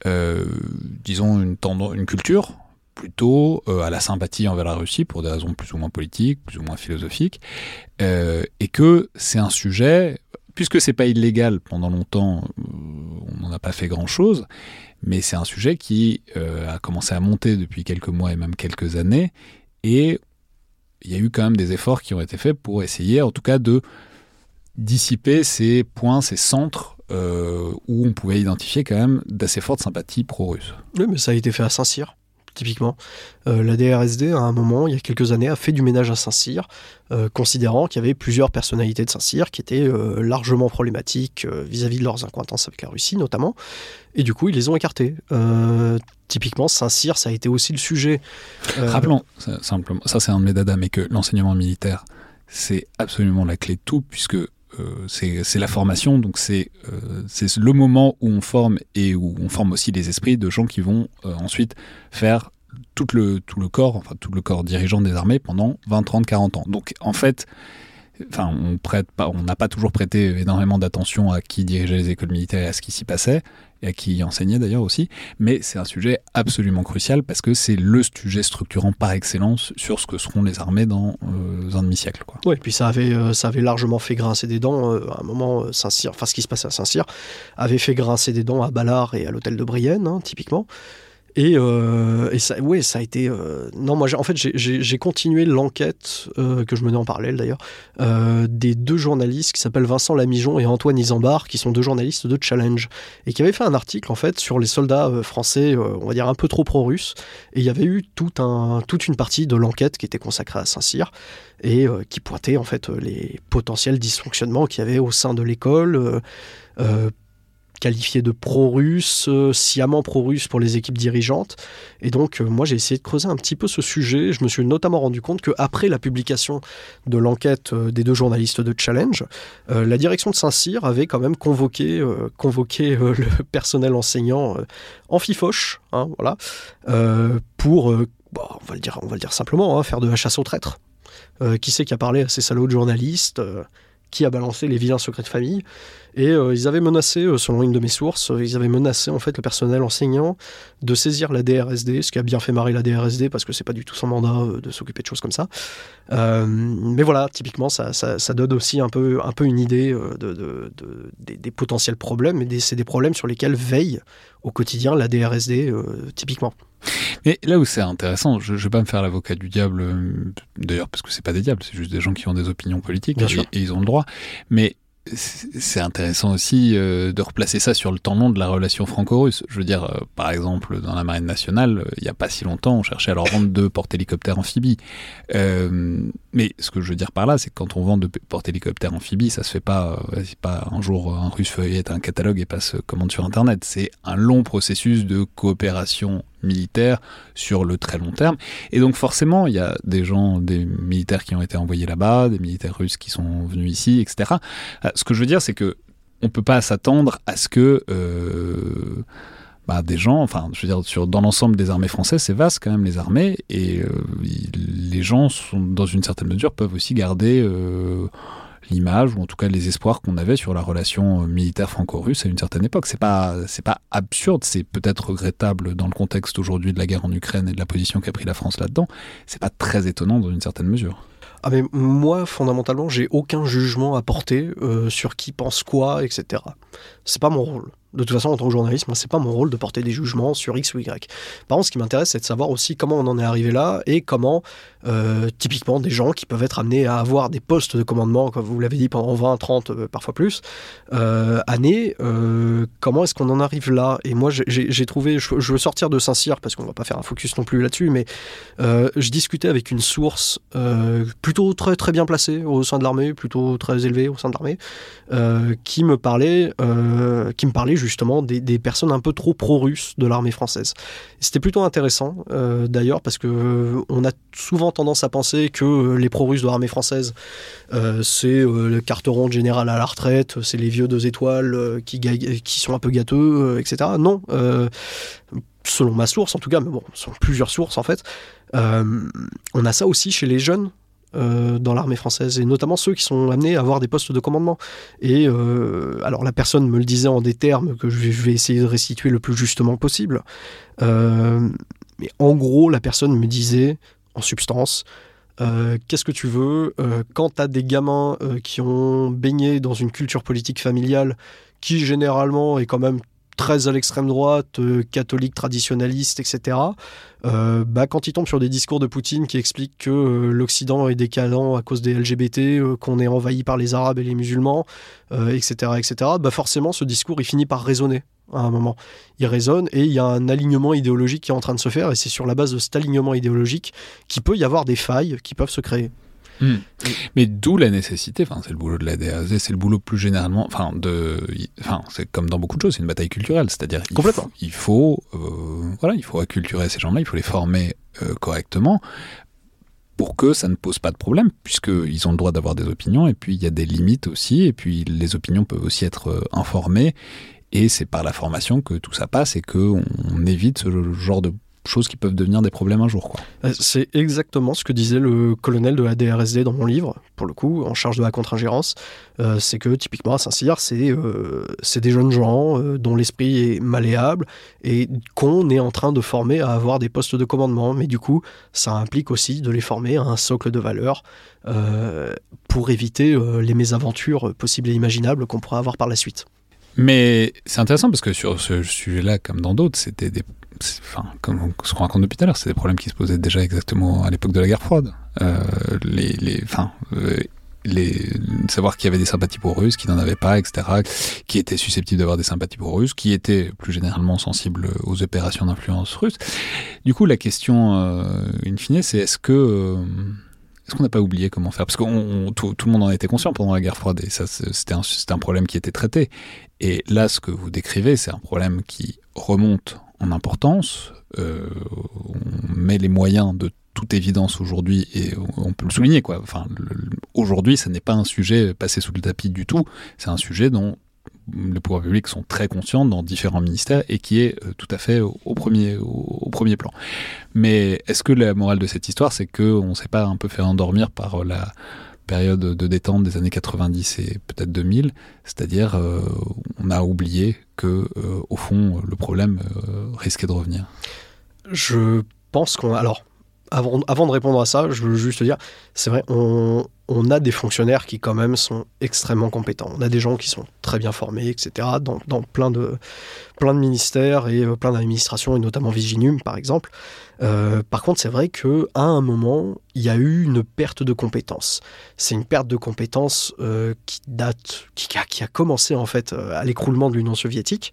disons une culture plutôt à la sympathie envers la Russie pour des raisons plus ou moins politiques, plus ou moins philosophiques, et que c'est un sujet, puisque c'est pas illégal pendant longtemps, on n'en a pas fait grand-chose, mais c'est un sujet qui a commencé à monter depuis quelques mois et même quelques années, et il y a eu quand même des efforts qui ont été faits pour essayer, en tout cas, de dissiper ces points, ces centres où on pouvait identifier quand même d'assez fortes sympathies pro-russes. Oui, mais ça a été fait à Saint-Cyr, typiquement. La DRSD, à un moment, il y a quelques années, a fait du ménage à Saint-Cyr, considérant qu'il y avait plusieurs personnalités de Saint-Cyr qui étaient largement problématiques vis-à-vis de leurs accointances avec la Russie, notamment. Et du coup, ils les ont écartés. Typiquement, Saint-Cyr, ça a été aussi le sujet. Rappelons, simplement, ça c'est un de mes dadas, mais que l'enseignement militaire, c'est absolument la clé de tout, puisque c'est la formation, donc c'est le moment où on forme et où on forme aussi les esprits de gens qui vont ensuite faire tout le corps dirigeant des armées pendant 20, 30, 40 ans. Donc en fait, on n'a pas toujours prêté énormément d'attention à qui dirigeait les écoles militaires et à ce qui s'y passait, et à qui y enseignait d'ailleurs aussi, mais c'est un sujet absolument crucial parce que c'est le sujet structurant par excellence sur ce que seront les armées dans un demi-siècle. Oui, et puis ça avait largement fait grincer des dents à un moment, Saint-Cyr, enfin ce qui se passait à Saint-Cyr, avait fait grincer des dents à Ballard et à l'hôtel de Brienne, hein, typiquement. Et ça, ouais, ça a été... Non, moi, en fait, j'ai continué l'enquête, que je menais en parallèle d'ailleurs, des deux journalistes qui s'appellent Vincent Lamijon et Antoine Isambard, qui sont deux journalistes de Challenge, et qui avaient fait un article, en fait, sur les soldats français, on va dire un peu trop pro-russes, et il y avait eu toute une partie de l'enquête qui était consacrée à Saint-Cyr, et qui pointait, en fait, les potentiels dysfonctionnements qu'il y avait au sein de l'école, qualifié de pro-russe, sciemment pro-russe pour les équipes dirigeantes. Et donc, moi, j'ai essayé de creuser un petit peu ce sujet. Je me suis notamment rendu compte qu'après la publication de l'enquête des deux journalistes de Challenge, la direction de Saint-Cyr avait quand même convoqué le personnel enseignant en fifoche, hein, voilà, pour, on va le dire simplement, hein, faire de la chasse aux traîtres. Qui c'est qui a parlé à ces salauds de journalistes qui a balancé les vilains secrets de famille. Et ils avaient menacé, selon une de mes sources, ils avaient menacé en fait le personnel enseignant de saisir la DRSD, ce qui a bien fait marrer la DRSD parce que c'est pas du tout son mandat de s'occuper de choses comme ça. Mais voilà, typiquement, ça donne aussi un peu une idée des potentiels problèmes, et c'est des problèmes sur lesquels veille au quotidien la DRSD, typiquement. Mais là où c'est intéressant, je ne vais pas me faire l'avocat du diable, d'ailleurs parce que c'est pas des diables, c'est juste des gens qui ont des opinions politiques et ils ont le droit. Mais c'est intéressant aussi de replacer ça sur le temps long de la relation franco-russe. Je veux dire, par exemple, dans la marine nationale, il n'y a pas si longtemps, on cherchait à leur vendre 2 porte-hélicoptères amphibies. Mais ce que je veux dire par là, c'est que quand on vend 2 porte-hélicoptères amphibies, ça se fait pas, c'est pas un jour un russe feuillette un catalogue et passe commande sur Internet. C'est un long processus de coopération militaire sur le très long terme. Et donc forcément, il y a des militaires qui ont été envoyés là-bas, des militaires russes qui sont venus ici, etc. Ce que je veux dire, c'est que on peut pas s'attendre à ce que des gens, enfin, je veux dire, dans l'ensemble des armées françaises, c'est vaste quand même les armées, et les gens dans une certaine mesure peuvent aussi garder l'image, ou en tout cas les espoirs qu'on avait sur la relation militaire franco-russe à une certaine époque. C'est pas absurde, c'est peut-être regrettable dans le contexte aujourd'hui de la guerre en Ukraine et de la position qu'a pris la France là-dedans. C'est pas très étonnant dans une certaine mesure. Ah mais moi, fondamentalement, j'ai aucun jugement à porter sur qui pense quoi, etc. C'est pas mon rôle. De toute façon, en tant que journaliste, moi, c'est pas mon rôle de porter des jugements sur X ou Y. Par contre, ce qui m'intéresse, c'est de savoir aussi comment on en est arrivé là et comment, typiquement, des gens qui peuvent être amenés à avoir des postes de commandement, comme vous l'avez dit, pendant 20, 30, parfois plus, années, comment est-ce qu'on en arrive là? Et moi, j'ai trouvé, je veux sortir de Saint-Cyr, parce qu'on va pas faire un focus non plus là-dessus, mais je discutais avec une source plutôt très, très bien placée au sein de l'armée, plutôt très élevée au sein de l'armée, qui me parlait justement des personnes un peu trop pro-russes de l'armée française. C'était plutôt intéressant d'ailleurs, parce que on a souvent tendance à penser que les pro-russes de l'armée française c'est le carteron de général à la retraite, c'est les vieux 2 étoiles qui sont un peu gâteux, etc. Non, selon ma source en tout cas, mais bon, ce sont plusieurs sources en fait, on a ça aussi chez les jeunes dans l'armée française, et notamment ceux qui sont amenés à avoir des postes de commandement. Et alors la personne me le disait en des termes que je vais essayer de restituer le plus justement possible, mais en gros la personne me disait en substance, qu'est-ce que tu veux quand t'as des gamins qui ont baigné dans une culture politique familiale qui généralement est quand même très à l'extrême droite, catholique, traditionnaliste, etc. Quand ils tombent sur des discours de Poutine qui expliquent que l'Occident est décadent à cause des LGBT, qu'on est envahi par les Arabes et les musulmans, etc., forcément, ce discours, il finit par résonner à un moment. Il résonne et il y a un alignement idéologique qui est en train de se faire, et c'est sur la base de cet alignement idéologique qu'il peut y avoir des failles qui peuvent se créer. Mais d'où la nécessité, c'est le boulot de la DRSD, c'est le boulot plus généralement, c'est comme dans beaucoup de choses, c'est une bataille culturelle, c'est-à-dire il faut acculturer ces gens-là, il faut les former correctement pour que ça ne pose pas de problème, puisqu'ils ont le droit d'avoir des opinions, et puis il y a des limites aussi, et puis les opinions peuvent aussi être informées, et c'est par la formation que tout ça passe, et qu'on évite ce genre de choses qui peuvent devenir des problèmes un jour, quoi. C'est exactement ce que disait le colonel de la DRSD dans mon livre, pour le coup, en charge de la contre-ingérence. C'est que, typiquement, à Saint-Cyr, c'est des jeunes gens dont l'esprit est malléable et qu'on est en train de former à avoir des postes de commandement. Mais du coup, ça implique aussi de les former à un socle de valeurs pour éviter les mésaventures possibles et imaginables qu'on pourra avoir par la suite. Mais c'est intéressant parce que sur ce sujet-là, comme dans d'autres, c'était comme ce qu'on raconte depuis tout à l'heure, c'est des problèmes qui se posaient déjà exactement à l'époque de la guerre froide. Savoir qu'il y avait des sympathies pour Russes, qui n'en avaient pas, etc., qui étaient susceptibles d'avoir des sympathies pour Russes, qui étaient plus généralement sensibles aux opérations d'influence russe. Du coup, la question, in fine, c'est est-ce qu'on n'a pas oublié comment faire? Parce que tout le monde en était conscient pendant la guerre froide, et ça, c'était un problème qui était traité. Et là, ce que vous décrivez, c'est un problème qui remonte en importance. On met les moyens de toute évidence aujourd'hui, et on peut le souligner, quoi. Aujourd'hui, ça n'est pas un sujet passé sous le tapis du tout. C'est un sujet dont les pouvoirs publics sont très conscients dans différents ministères et qui est tout à fait au premier plan. Mais est-ce que la morale de cette histoire, c'est qu'on ne s'est pas un peu fait endormir par la période de détente des années 90 et peut-être 2000, c'est-à-dire on a oublié que au fond le problème risquait de revenir. Je pense alors avant de répondre à ça, je veux juste dire, c'est vrai, on a des fonctionnaires qui quand même sont extrêmement compétents. On a des gens qui sont très bien formés, etc. dans plein de ministères et plein d'administrations, et notamment Viginum par exemple. Par contre, c'est vrai qu'à un moment, il y a eu une perte de compétences. C'est une perte de compétences qui a commencé en fait à l'écroulement de l'Union soviétique.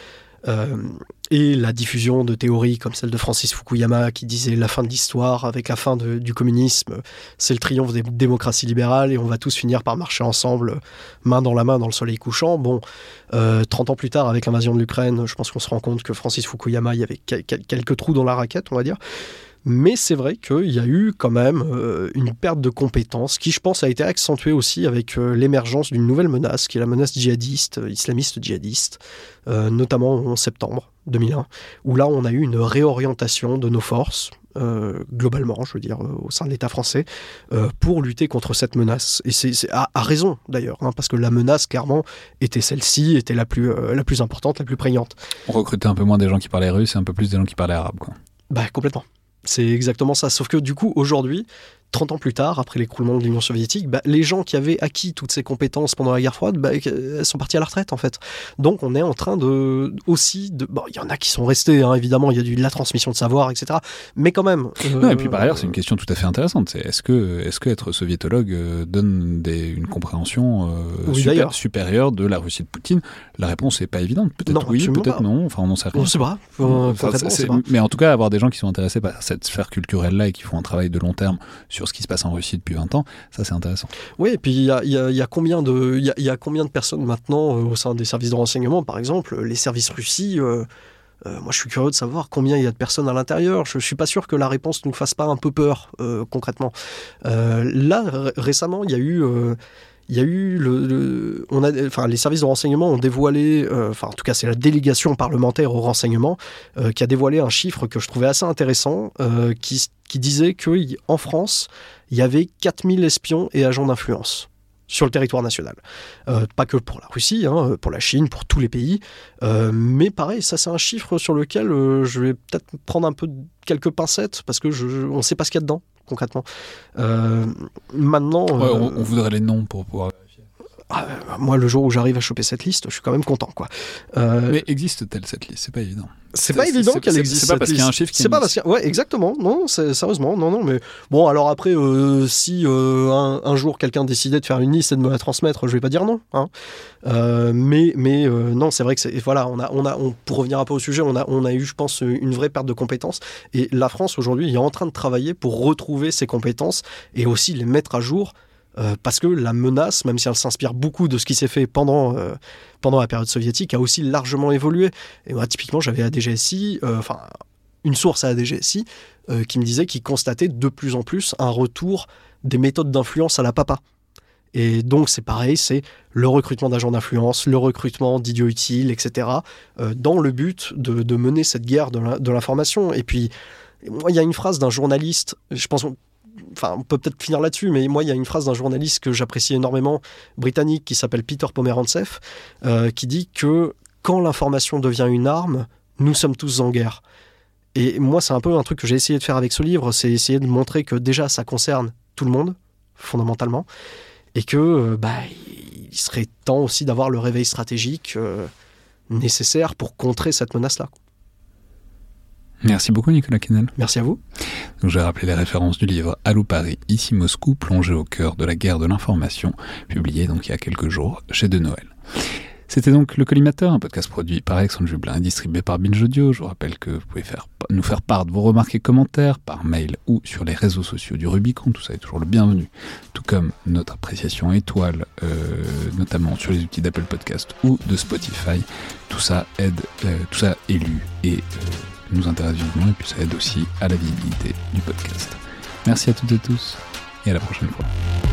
Et la diffusion de théories comme celle de Francis Fukuyama qui disait la fin de l'histoire avec la fin du communisme, c'est le triomphe des démocraties libérales et on va tous finir par marcher ensemble main dans la main dans le soleil couchant. Bon, 30 ans plus tard avec l'invasion de l'Ukraine, je pense qu'on se rend compte que Francis Fukuyama, il y avait quelques trous dans la raquette, on va dire. Mais c'est vrai qu'il y a eu quand même une perte de compétences qui, je pense, a été accentuée aussi avec l'émergence d'une nouvelle menace, qui est la menace djihadiste, islamiste djihadiste, notamment en septembre 2001, où là, on a eu une réorientation de nos forces, globalement, je veux dire, au sein de l'État français, pour lutter contre cette menace. Et c'est à raison, d'ailleurs, parce que la menace, clairement, était celle-ci, était la plus importante, la plus prégnante. On recrutait un peu moins des gens qui parlaient russe et un peu plus des gens qui parlaient arabe, quoi. Bah, complètement. C'est exactement ça. Sauf que du coup, aujourd'hui, 30 ans plus tard, après l'écroulement de l'Union soviétique, les gens qui avaient acquis toutes ces compétences pendant la guerre froide, elles sont partis à la retraite, en fait. Donc, on est en train il y en a qui sont restés, évidemment, il y a de la transmission de savoir, etc. Mais quand même... Non, et puis par ailleurs, c'est une question tout à fait intéressante. C'est est-ce que être soviétologue donne une compréhension supérieure de la Russie de Poutine? La réponse n'est pas évidente. Peut-être non, oui, peut-être non. Enfin, on n'en sait rien. On ne sait pas. Mais en tout cas, avoir des gens qui sont intéressés par cette sphère culturelle-là et qui font un travail de long terme sur ce qui se passe en Russie depuis 20 ans, ça c'est intéressant. Oui, et puis il y a combien de personnes maintenant au sein des services de renseignement, par exemple, les services Russie, moi je suis curieux de savoir combien il y a de personnes à l'intérieur. Je ne suis pas sûr que la réponse ne nous fasse pas un peu peur, concrètement. Là, récemment, il y a eu les services de renseignement ont dévoilé, en tout cas c'est la délégation parlementaire au renseignement qui a dévoilé un chiffre que je trouvais assez intéressant, qui disait qu'en France, il y avait 4000 espions et agents d'influence sur le territoire national. Pas que pour la Russie, pour la Chine, pour tous les pays. Mais pareil, ça c'est un chiffre sur lequel je vais peut-être prendre un peu quelques pincettes, parce que on ne sait pas ce qu'il y a dedans, concrètement. Maintenant... on voudrait les noms pour pouvoir vérifier. Moi, le jour où j'arrive à choper cette liste, je suis quand même content, quoi. Mais existe-t-elle cette liste? C'est pas évident. C'est pas évident qu'elle existe. C'est pas parce qu'il y a un chiffre qui... C'est pas parce qu'il y a... Ouais, exactement. Non, sérieusement. Non, mais... Bon, alors après, si un jour quelqu'un décidait de faire une liste et de me la transmettre, je vais pas dire non. Mais non, c'est vrai que c'est... Voilà, pour revenir un peu au sujet, on a eu, je pense, une vraie perte de compétences. Et la France, aujourd'hui, est en train de travailler pour retrouver ses compétences et aussi les mettre à jour. Parce que la menace, même si elle s'inspire beaucoup de ce qui s'est fait pendant la période soviétique, a aussi largement évolué. Et moi, typiquement, j'avais à DGSI, une source à la DGSI, qui me disait qu'il constatait de plus en plus un retour des méthodes d'influence à la papa. Et donc, c'est pareil, c'est le recrutement d'agents d'influence, le recrutement d'idiots utiles, etc., dans le but de mener cette guerre de l'information. Et puis, moi, il y a une phrase d'un journaliste, je pense... Enfin, on peut peut-être finir là-dessus, mais moi, il y a une phrase d'un journaliste que j'apprécie énormément, britannique, qui s'appelle Peter Pomerantsev, qui dit que quand l'information devient une arme, nous sommes tous en guerre. Et moi, c'est un peu un truc que j'ai essayé de faire avec ce livre, c'est essayer de montrer que déjà, ça concerne tout le monde, fondamentalement, et que il serait temps aussi d'avoir le réveil stratégique nécessaire pour contrer cette menace-là. Merci beaucoup Nicolas Quesnel. Merci à vous. Donc, je vais rappeler les références du livre Allô Paris, ici Moscou, plongé au cœur de la guerre de l'information, publié donc il y a quelques jours chez De Noël. C'était donc Le Collimateur, un podcast produit par Alexandre Jublin et distribué par Binge Audio. Je vous rappelle que vous pouvez nous faire part de vos remarques et commentaires par mail ou sur les réseaux sociaux du Rubicon. Tout ça est toujours le bienvenu. Tout comme notre appréciation étoile, notamment sur les outils d'Apple Podcast ou de Spotify. Tout ça aide, tout ça est lu et nous intéresse vivement, et puis ça aide aussi à la visibilité du podcast. Merci à toutes et tous et à la prochaine fois.